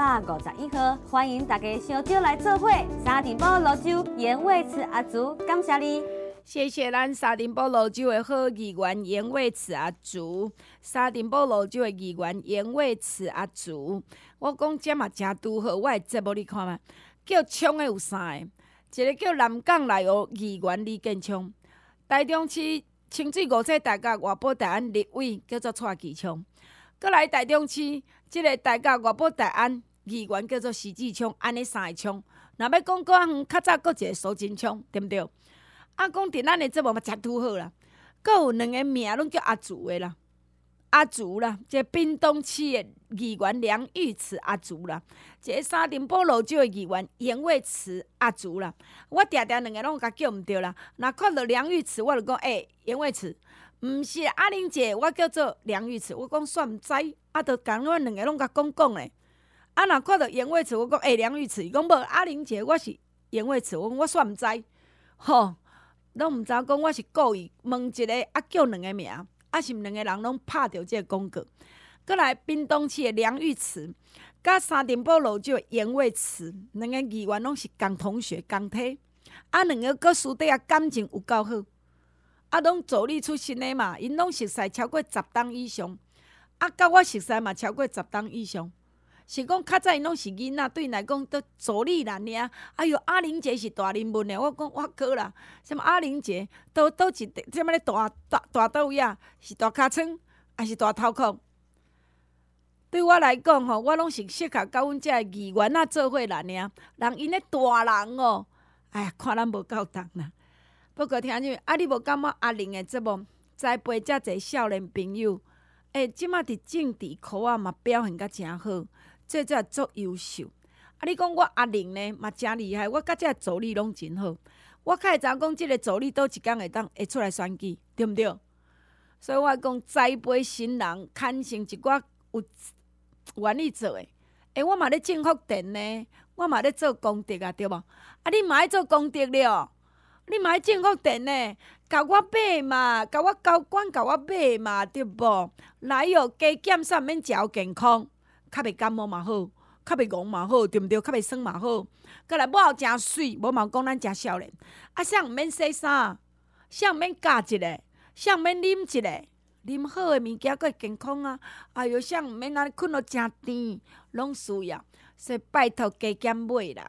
151号，欢迎大家相招来做伙。沙尘暴泸州严伟慈阿竹，感谢你。 谢谢咱沙尘暴泸州的好议员严伟慈阿竹，沙尘暴泸州的议员严伟慈阿竹，我讲这嘛真拄好，我的节目你看嘛，叫冲的有3个，一个叫南港内湖议员李建昌，台中市清水5车大甲外埔大安立委叫做蔡其昌，搁来台中市即个大甲外埔大安议员叫做徐志昌，安尼3个昌，若要讲较远较早搁一个苏贞昌，对毋对？啊，讲伫咱的节目嘛，真拄好啦。阁有2个名拢叫阿竹的啦，阿竹啦，即屏东市的议员梁玉慈阿竹啦，一个沙尘暴泸州的议员严伟慈阿竹啦。我定定2个拢甲叫毋对啦。若看到梁玉慈，我就讲严伟慈，毋是阿玲姐，我叫做梁玉慈。我讲煞毋知，啊，就共阮2个拢甲讲咧。啊，若看到严伟慈，我讲梁玉慈，伊讲无阿玲姐，我是严伟慈，我煞毋知，吼。拢毋知讲我是故意问一个，啊叫2个名，啊是毋2个人拢拍着即个广告。过来屏东市的梁玉慈，甲沙尘暴泸州的严伟慈，2个议员拢是共同学共体，啊2个搁私底下感情有够好，啊拢助理出身的嘛，因拢熟识超过10档以上，啊甲我熟识嘛超过10档以上。是讲较早因拢是囡仔，对因来讲都助理啦尔。哎哟，阿玲姐是大人物呢。我讲我哥啦，什么阿玲姐，倒一什么咧大倒位啊？是大尻川还是大头壳？对我来讲吼，我拢是适合甲阮遮议员仔做伙啦尔。人因咧大人哦，哎呀，看咱无够重啦。不过听见啊，你无感觉阿玲的节目栽培遮侪少年朋友？即马伫政治科啊嘛表现甲诚好。这才足优秀。啊，你讲我阿玲呢，嘛真厉害。我甲这助理拢真好。我较会知讲，即个助理倒一工会出来选举，对毋对？所以我讲栽培新人，牵成一寡有愿意做的。我嘛咧政福电呢，我嘛咧做功德啊，对无？啊，你嘛爱做功德了，你嘛爱政福电呢，甲我买嘛，甲我交管，甲我买嘛，对无？来哟，加减煞免食健康。较袂感冒嘛好，较袂戆嘛好，对毋对？较袂酸嘛好。过来，母后诚水，无嘛讲咱诚少年。啊，啥毋免洗衫，啥毋免加一个，啥毋免啉一个，啉好诶物件佫会健康啊。哎哟，啥毋免安尼困到诚甜，拢需要。所以拜托加减买啦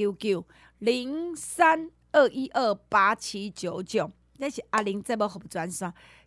吼。0321287799，0321287799，这是阿玲节目服务专线。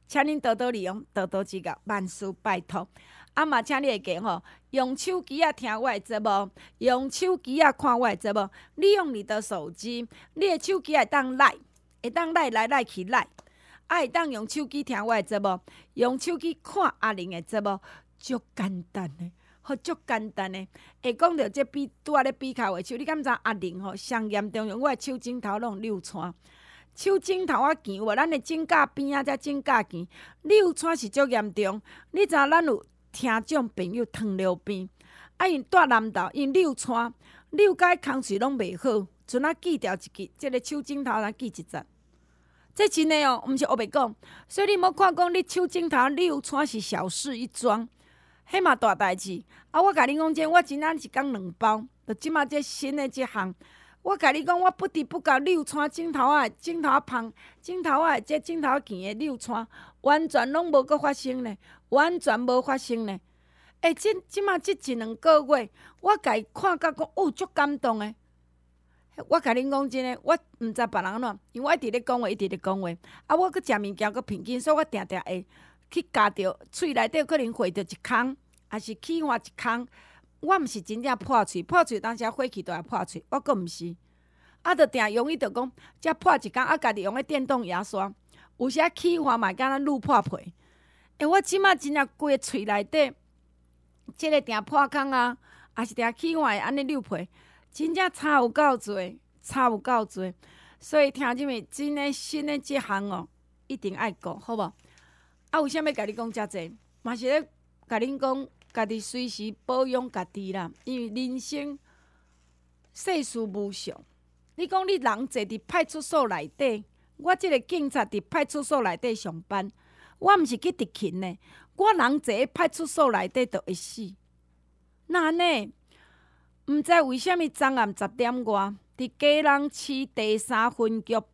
请恁多多利用，多多指教，万事拜托。嘛，请你会记吼，用手机听我的节目，用手机看我的节目。利用你的手机，你的手机会当来来去来，会当用手机听我的节目，用手机看阿玲的节目，足简单的，好足简单的。会讲到这拄仔咧比较的手，你敢知阿玲吼上严重用我的手指头拢溜穿。手指头仔腱有无？咱的指甲边仔才指甲腱溜穿是足严重。你知影咱有听众朋友糖尿病，因住南投，因溜穿，溜甲空喙拢袂好，阵仔锯掉一记，即个手指头才锯一截。这真诶哦，毋是黑白讲。所以你莫看讲你手指头溜穿是小事一桩，迄嘛大代志。我甲你讲这，我真仔一工2包，就即马这新诶即项。我甲你讲，我不得不甲溜穿指头仔芳、指头仔这指头腱的溜穿，完全拢无阁发生呢，完全无发生呢。即马即1-2个月，我甲伊看甲讲，足感动的。我甲恁讲真诶，我毋知别人安怎，因为我一直咧讲话，我阁食物件阁平紧，所以我定定会去夹着喙内底可能回着一空，还是起换一空。我毋是真正破喙，当时火气都会破喙，我阁毋是。就定容易着讲，才破一工，家己用个电动牙刷，有时起花嘛，敢若愈破皮。我即马真正规个喙内底，即个定破空啊，也是定起花会安尼溜皮，真正差有够侪。所以听即物真诶新诶即项哦，一定爱顾，好无？有啥物甲你讲遮济？嘛是咧甲恁讲。家己随时保养家己啦，因为人生世事无常。你讲你人坐伫派出所内底，我即个警察伫派出所内底上班，我毋是去执勤的，我人坐喺派出所内底就会死。那呢？毋知为虾米昨暗10点外，伫基隆市第3分局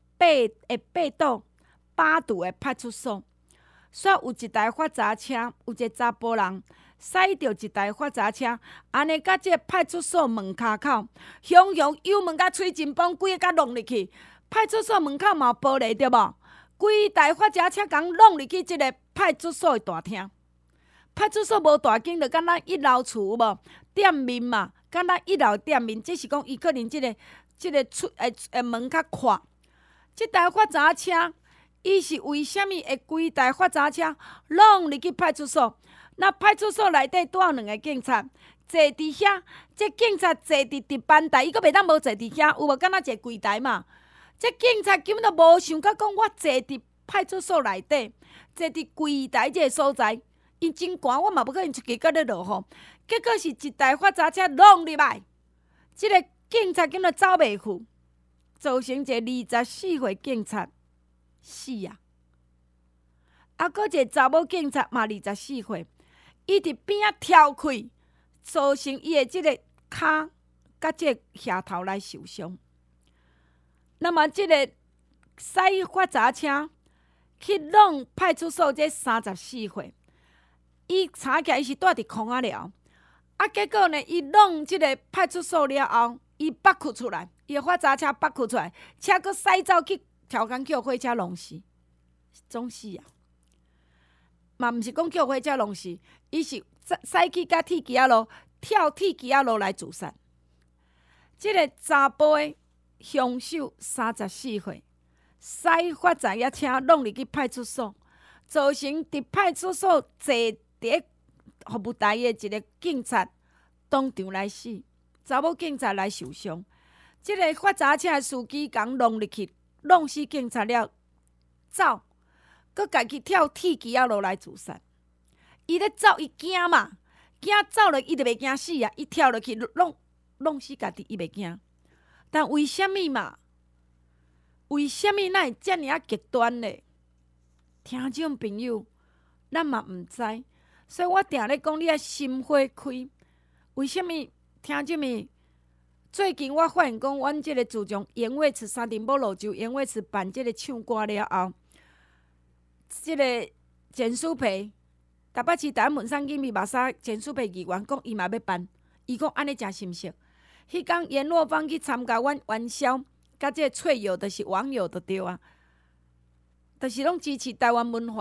8堵8堵的派出所，煞有一台发查车，有一个查甫人。驶着一台发查车，安尼甲即个派出所门骹口，雄油门甲吹真崩，规个甲弄入去。派出所门口嘛有玻璃对无？规台发查车共弄入去即个派出所的大厅。派出所无大间，就敢咱1楼厝有无？店面嘛，敢咱1楼店面，只是讲伊可能即个门较宽。即台发查车，伊是为虾米会规台发查车弄入去派出所？那派出所内底拄有2个警察坐伫遐，这警察坐伫值班台，伊阁袂当无坐伫遐，有无？敢若坐柜台嘛？这警察根本都无想到讲，我坐伫派出所内底，坐伫柜台这个所在，因真寒，我嘛无可能出去搁咧落雨。结果是一台发查车弄入来，即个警察根本走袂去，造成一个24岁警察死啊！搁一个查某警察嘛24岁。伊伫边仔跳开，造成伊的即个骹甲即个额头来受伤。那么即个驶发查车去弄派出所，这34岁，伊查起来伊是住伫空仔寮，结果呢，伊弄即个派出所了后，伊拔窟出来，伊的发查车拔窟出来，车阁驶走去跳工叫火车弄死，总死啊！嘛，毋是讲叫火车弄死，伊是驶去甲铁骑仔路，跳铁骑仔路来自杀。即个查甫的凶手34岁，驶发查车弄入去派出所，造成伫派出所坐伫服务台的一个警察当场来死，查某警察来受伤。即个发查车的司机共弄入去，弄死警察了，走。佮家己跳铁骑仔路来自杀，伊咧走，伊惊嘛，惊走了，伊就袂惊死啊！伊跳落去，弄死家己，伊袂惊。但为虾米嘛？为虾米会遮尔啊极端呢？听众朋友，咱嘛毋知，所以我定咧讲，你啊心花开。为虾米？听众们，最近我发现讲，阮即个自从严伟慈三重埔路州严伟慈办即个唱歌了后。即个简书培，台北市台湾文山警秘目沙简书培议员讲，伊嘛要办，伊讲安尼诚心实。迄天阎若芳去参加阮元宵，甲即个翠友就是网友就对啊，就是拢支持台湾文化。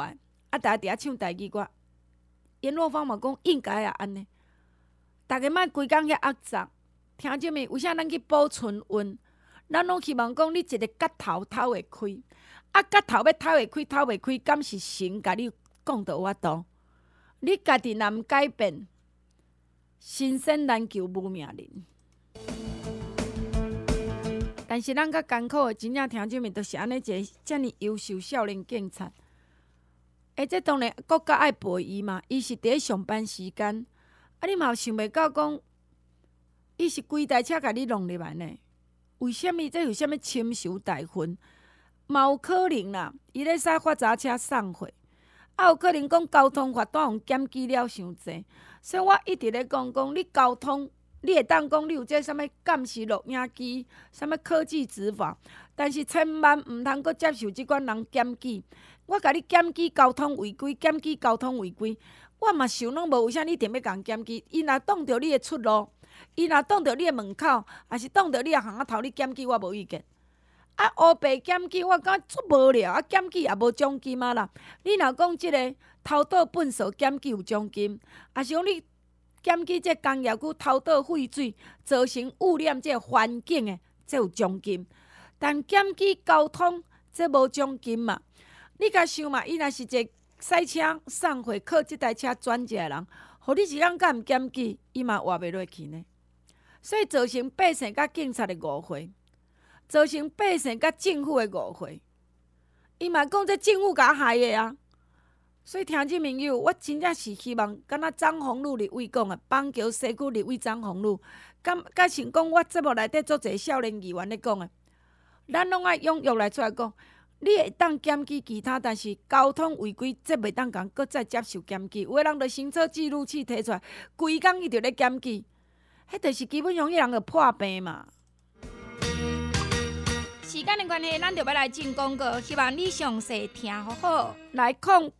啊，大家伫遐唱台语歌，阎罗方嘛讲应该啊安尼。大家莫规工遐压榨，听众们，为啥咱去保存运？咱拢希望讲你一个角头透会开，啊角头要透会开，透袂开，敢是神甲你讲着有法度？你家己若毋改变，神仙难求无命人。但是咱较艰苦的，真正听众们，就是安尼一个遮尔优秀少年警察。这当然国家爱陪伊嘛，伊是伫咧上班时间，你嘛想袂到讲，伊是规台车甲你弄入来呢？为什么这有啥物亲属大婚？嘛有可能啦，伊咧使发查车送货，有可能讲交通罚单用检举了伤济，所以我一直咧讲，你交通你会当讲你有这啥物监视录影机，啥物科技执法，但是千万毋通阁接受即款人检举。我甲你检举交通违规，检举交通违规，我嘛想拢无为啥你一定要共检举？伊若挡着你的出路，伊若挡着你的门口，还是挡着你的巷仔头，你检举我无意见。啊，乌白检举我感觉足无聊，啊检举也无奖金啊啦。你若讲即个偷盗粪扫检举有奖金，还是讲你检举这工业区偷倒废水，造成污染这环境的，这有奖金。但检举交通，这无奖金嘛？你甲想嘛，伊若是一个驶车送货靠即台车转一个人，互你一人敢毋检举，伊嘛活袂落去呢。所以造成百姓甲警察的误会，造成百姓甲政府的误会。伊嘛讲这政府甲害的啊。所以听众朋友，我真正是希望，敢若张宏禄立委讲的，邦桥西区立委张宏禄，甲像讲我节目内底足侪少年议员咧讲的，咱拢爱踊跃来出来讲。你会当检举其他，但是交通违规，这袂当讲搁再接受检举。有的人就行车记录器摕出来，规工伊就咧检举，迄就是基本上迄人就破病嘛。时间的关系，咱就要来进广告，希望你详细听好好。来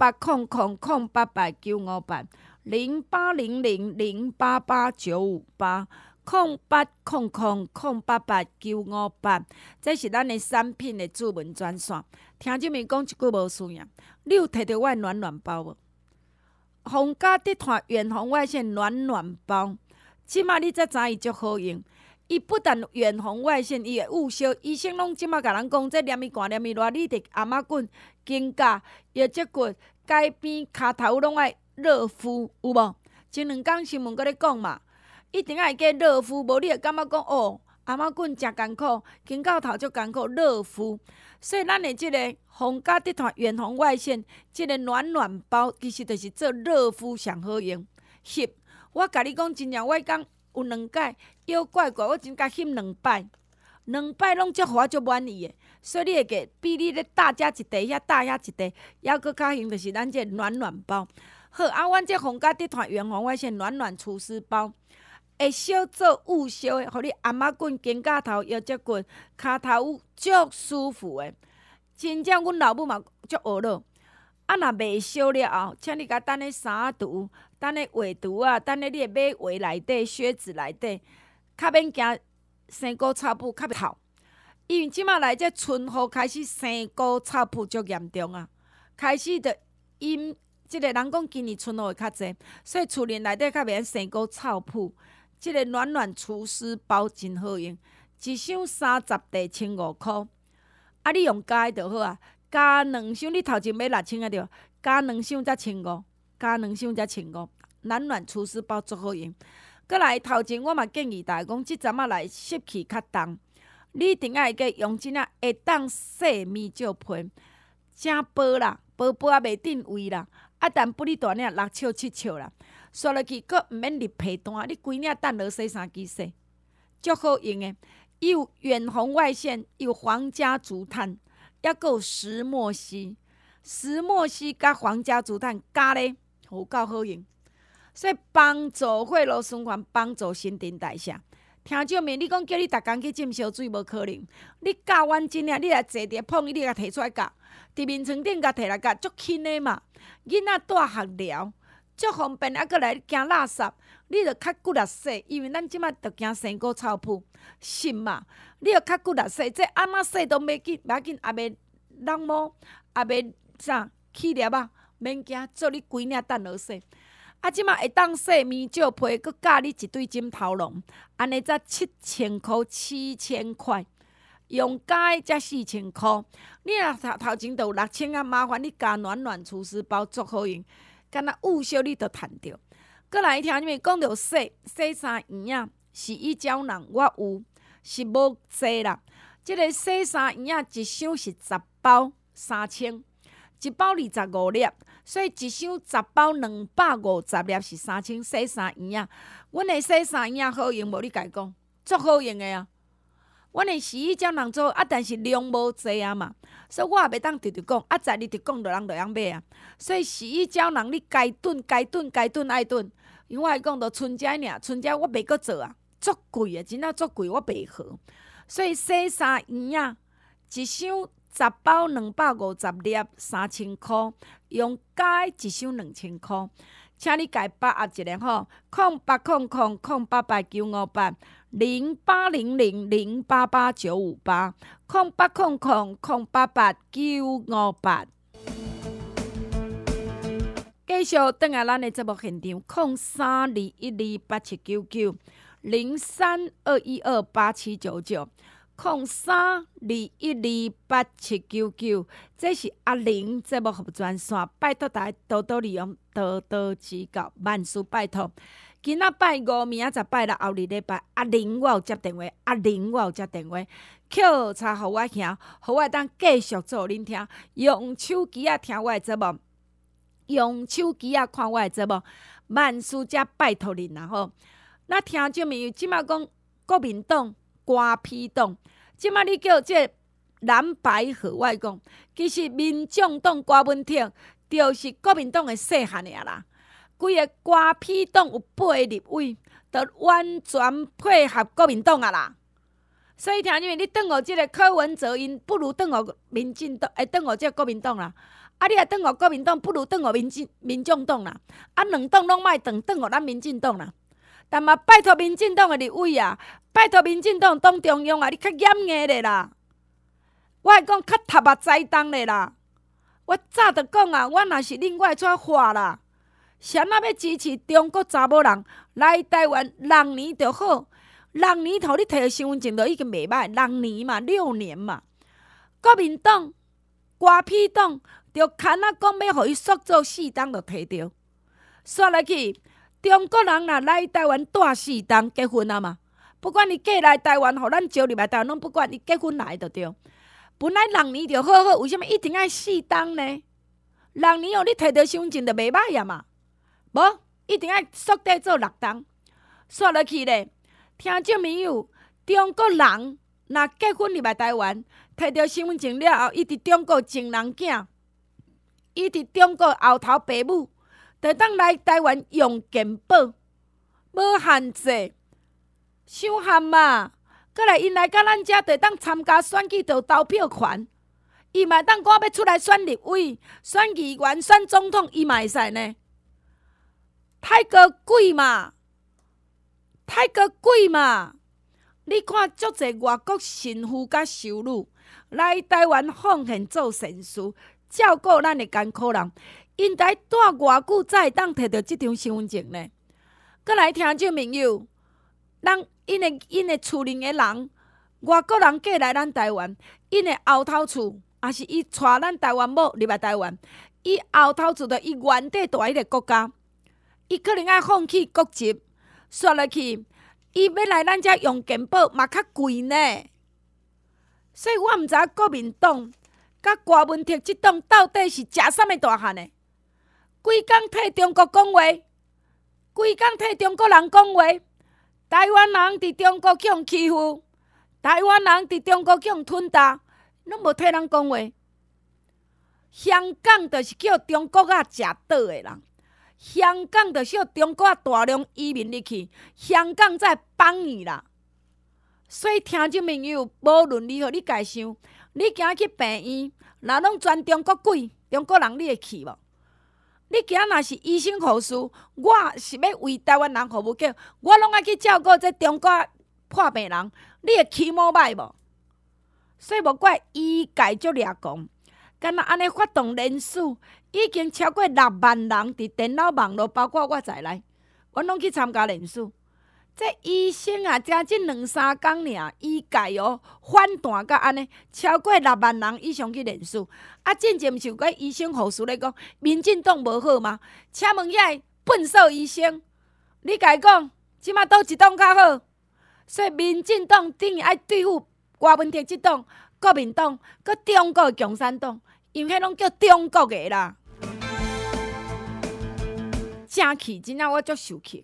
08000889580800088958。0800088958，这是咱的产品的主文专线。听众们讲一句无需要，你有摕到我的暖暖包无？皇家集团远红外线暖暖包，即马你才知伊足好用。伊不但远红外线，伊会雾烧，医生拢即马甲咱讲，这黏伊寒黏伊热，你得阿妈棍、肩胛、腰脊骨、改边、骹头拢爱热敷，有无？前2天新闻搁咧讲嘛。一定爱加热敷，无你会感觉讲哦，阿妈棍真艰苦，肩胛头足艰苦，热敷。所以咱的即个皇家集团远红外线，即个暖暖包，其实就是做热敷上好用。翕，我甲你讲，真正我讲有2摆腰怪怪，我真甲翕2摆，2摆拢足互我足满意的。所以你会记，比你咧大家一地遐大遐一地，还佫较用就是咱这暖暖包。好，阮这皇家集团远红外线暖暖除湿包。会小做雾烧的，互你阿妈棍、肩胛头、腰脊骨、骹头足舒服的。真正阮老母嘛足学了。若袂烧了后，请你甲等咧衫橱、等咧画橱啊、等咧你的马鞋内底、靴子内底，较免惊生菇臭布较透。因为即马来这春雨开始生菇臭布足严重啊，开始着因即个人讲今年春雨会较济，所以厝内底较免生菇臭布。即个暖暖除湿包真好用，一箱30袋1,500块。你用加的就好啊，加2箱你头前买6,000啊着，加2箱才1,500，加2箱才1,500。暖暖除湿包足好用。搁来头前我嘛建议大家讲，即阵仔来湿气较重，你一定爱个用即啊会当洗面罩喷，正薄啦，薄也袂定位啦，但不哩大领6尺7尺啦。刷落去，阁毋免立被单，你规领等落洗衫机洗，足好用诶。伊有远红外线，有皇家竹炭，抑阁有石墨烯，石墨烯甲皇家竹炭加咧，有够好用。所以帮助血路循环，帮助新陈代谢。听众们，你讲叫你逐工去浸烧水无可能，你教完真诶，你来坐伫碰伊，你甲摕出来教，伫面床顶甲摕来教，足轻诶嘛。囡仔带学疗。足方便，搁来惊垃圾，你着较骨力洗，因为咱即摆着惊生菇臭布，是嘛？你着较骨力洗，这安怎洗都袂紧，也袂人毛，也袂啥起粒啊， 免惊，做你规领等落洗。啊，即马会当洗面罩被，佮教你一对枕头笼，安尼才7000箍，7000块。用加的才4000箍。你若头前就有6000啊，麻烦你加暖暖除湿包足好用，敢若有烧你就趁着。过来听，因为讲到洗衫圆啊，洗衣胶囊我有，是无济啦。即个洗衫圆啊，一箱是10包3000，一包25粒，所以一箱10包250粒是3000洗衫圆啊。阮的洗衫圆啊好用无？你家讲，足好用的啊。阮的洗衣胶囊做但是量无济啊嘛，所以我也袂当直直讲，在你直讲，人就通买啊。所以洗衣胶囊你该炖爱炖，因为我讲到春节尔，春节我袂阁做啊，足贵啊，真正足贵，我袂好。所以洗衫圆啊，一箱10包250粒，3000箍，用加一箱2000箍。请你家把握一下吼，0800088958。0800088958，0800088958。继续转来咱的节目现场，032128799032128799，0321287999，这是阿玲节目服务专线，拜托大家多多利用，多多指教，万事拜托。今仔拜5，明仔10拜6，后日礼拜阿玲我有接电话，扣查互我听，互我当继续做恁听，用手机听我的节目，用手机看我的节目，万事才拜托恁啦吼。那听众朋友，即马讲国民党瓜批党，即马你叫这蓝白合，我讲其实民众党瓜文挺，就是国民党的细汉尔啦。规个瓜批党有8个立委，就完全配合国民党啊啦。所以听因为你转互即个柯文哲，因不如转互民进党，转互即个国民党啦。啊，你若转互国民党，不如转互民众党啦。啊，两党拢莫转互咱民进党啦。但嘛，拜托民进党的立委啊，拜托民进党党中央啊，你较严硬咧啦。我会讲较踏目栽动咧啦。我早就讲啊，我若是恁，我会出发啦。谁若要支持中国查某人来台湾，6年就好。6年头你摕到身份证就已经袂歹，6年嘛，6年嘛。国民党、瓜批党，就牵仔讲要互伊塑造4党就摕着。刷来去，中国人若来台湾带4党结婚啊嘛。不管你嫁来台湾，互咱招入来台湾，拢不管你结婚来就对。本来6年就好好，为什么一定要4党呢？6年后你摕到身份证就袂歹啊嘛。无一定要缩短做6党，刷落去咧。听众朋友，中国人若结婚入来台湾，摕到身份证了后，伊伫中国情人囝，伊伫中国后头爸母，就当来台湾用健保，无限制，伤限嘛。过来因来到咱遮，就当参加选举，就投票权。伊嘛当讲要出来选立委、选议员、选总统，伊嘛会使呢。太过贵嘛，太过贵嘛！你看，足侪外国神父甲修女来台湾奉献做善事，照顾咱的艰苦人，因在住偌久才会当摕到即张身份证呢？搁来听众朋友，因的厝邻的人，外国人嫁来咱台湾，因的后头厝，也是伊带咱台湾某入来台湾，伊后头厝着伊原地住迄个国家。伊可能爱放弃国籍，刷落去，伊要来咱遮用健保嘛较贵呢。所以我毋知国民党甲郭文婷即党到底是食啥物大汉呢？规工替中国讲话，规工替中国人讲话。台湾人伫中国去互欺负，台湾人伫中国去互吞大，拢无替人讲话。香港就是叫中国食倒的人。香港就是要中国大量移民入去，香港才帮伊啦。所以听众朋友，无论如何，你家想，你行去病院，若拢全中国鬼，中国人你会去无？你今若是医生护士，我是要为台湾人服务叫，我拢爱去照顾这中国破病人，你会起毛歹无？所以无怪医界足掠讲， 敢若安尼发动人数已经超过6万人，伫电脑网络，包括我在内，阮拢去参加人数。这医生啊，才即2、3工尔，医界哦反弹甲安尼，超过6万人以上去人数。啊，进前毋是有个医生护士咧讲，民进党无好吗？请问遐笨手医生，你家讲，即马倒一党较好？所以民进党等于爱对付柯文哲即党、国民党、佮中国共产党，因为迄拢叫中国的啦。正气，真正我足受气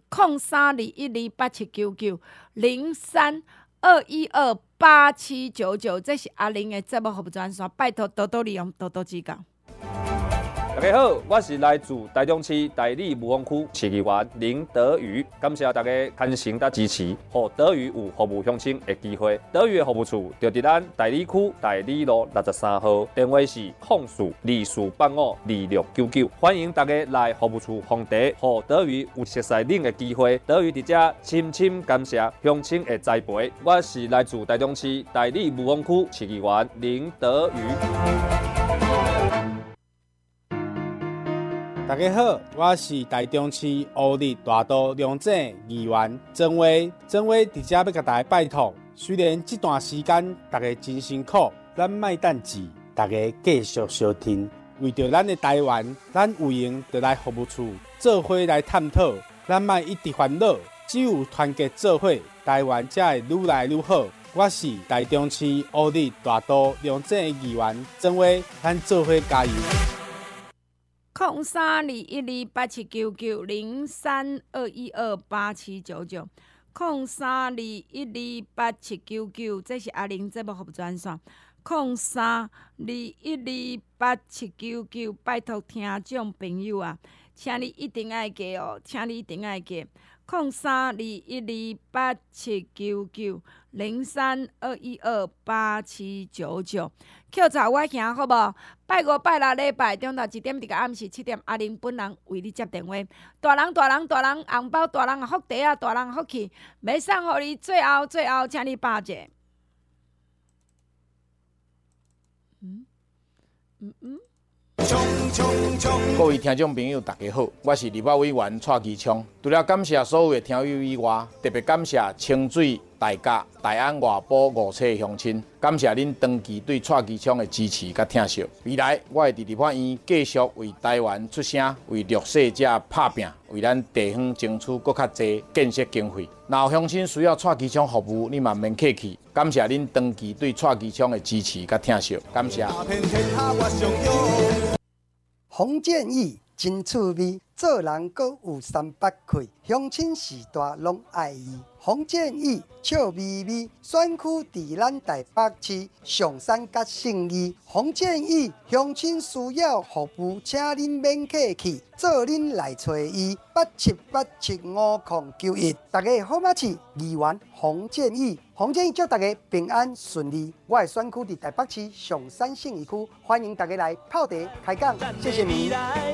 ！032187990321287799，这是阿玲的节目服务专线，拜托多多利用，多多指教。 大家好，我是来自台中市大理武丰区市议员林德瑜，感谢大家牵成甲支持，让德瑜有服务乡亲的机会。德瑜的服务处就伫咱大理区大理路63号，电话是0424852699，欢迎大家来服务处访茶，让德瑜有熟悉恁的机会。德瑜伫遮深深感谢乡亲的栽培。我是来自台中市大理武丰区市议员林德瑜。 大家好，我是台中市乌日大道龙井议员曾伟。曾伟伫遮要甲大家拜托，虽然这段时间大家真辛苦，咱莫等志，大家继续相挺。为着咱的台湾，咱有闲就来服务处做伙来探讨，咱莫一直烦恼，只有团结做伙，台湾才会愈来愈好。我是台中市乌日大道龙井议员曾伟，咱做伙加油。 03212879903221287799，这是阿玲节目服务专线。0321287999，拜托听众朋友啊，请你一定爱记哦，请你一定爱记。03212879903221287799，扣查我兄好无？拜5、拜6礼拜中昼1点伫个暗时7点，阿玲本人为你接电话。大人，红包大人福袋啊，大人福气，要送互你。最后，请你把者。 各位听众朋友，大家好，我是立法委员蔡其昌。除了感谢所有的听友以外，特别感谢清水、大甲、大安外埔5处的乡亲，感谢恁长期对蔡其昌的支持甲疼惜。未来我会伫立法院继续为台湾出声，为弱势者拍拼，为咱地方争取更较侪建设经费。若有乡亲需要蔡其昌服务，你嘛免客气。感谢恁长期对蔡其昌的支持甲疼惜，感谢。 洪建义真趣味，做人阁有300气，乡亲时代拢爱伊。洪建义笑眯眯，选区伫咱台北市上山甲信义。洪建义乡亲需要服务，请恁免客气，做恁来找伊87875091。大家好，我是议员洪建义。洪建义祝大家平安顺利。我的选区伫台北市上山信义区，欢迎大家来泡茶开讲，谢谢你。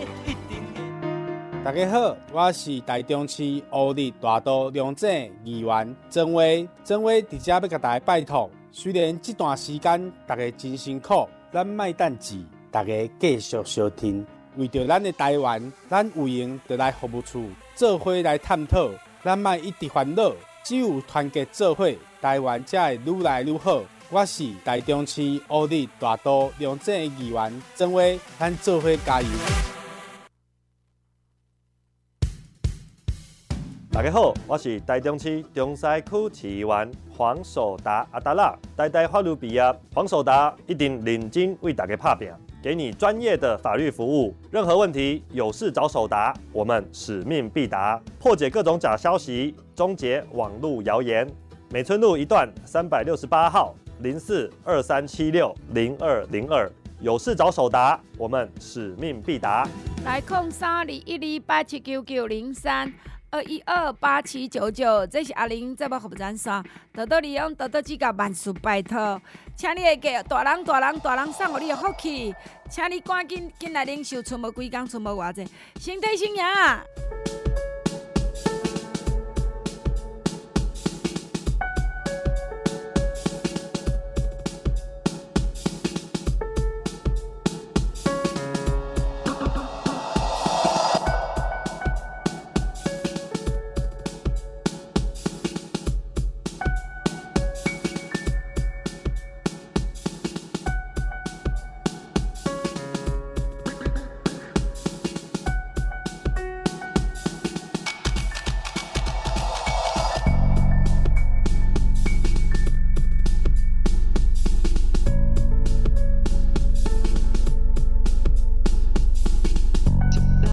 大家好，我是台中市乌日大道龙井议员曾伟。曾伟伫遮要甲大家拜托，虽然这段时间大家真辛苦，咱莫等志，大家继续相挺。为着咱的台湾，咱有闲就来服务处做伙来探讨，咱莫一直烦恼，只有团结做伙，台湾才会愈来愈好。我是台中市乌日大道龙井议员曾伟，咱做伙加油。 大家好，我是台中市中西区市议员黄守达阿达拉。台大法律毕业，黄守达一定认真为大家拍拼，给你专业的法律服务。任何问题有事找守达，我们使命必达，破解各种假消息，终结网络谣言。美村路一段368号0423760202，有事找守达，我们使命必达。 来03212879903221287799，这是阿玲节目服务专线，多多利用，多多指教，万事拜托。请你会记，大人送互你的福气，请你赶紧来领受，剩无几工，剩无偌济，身体先赢。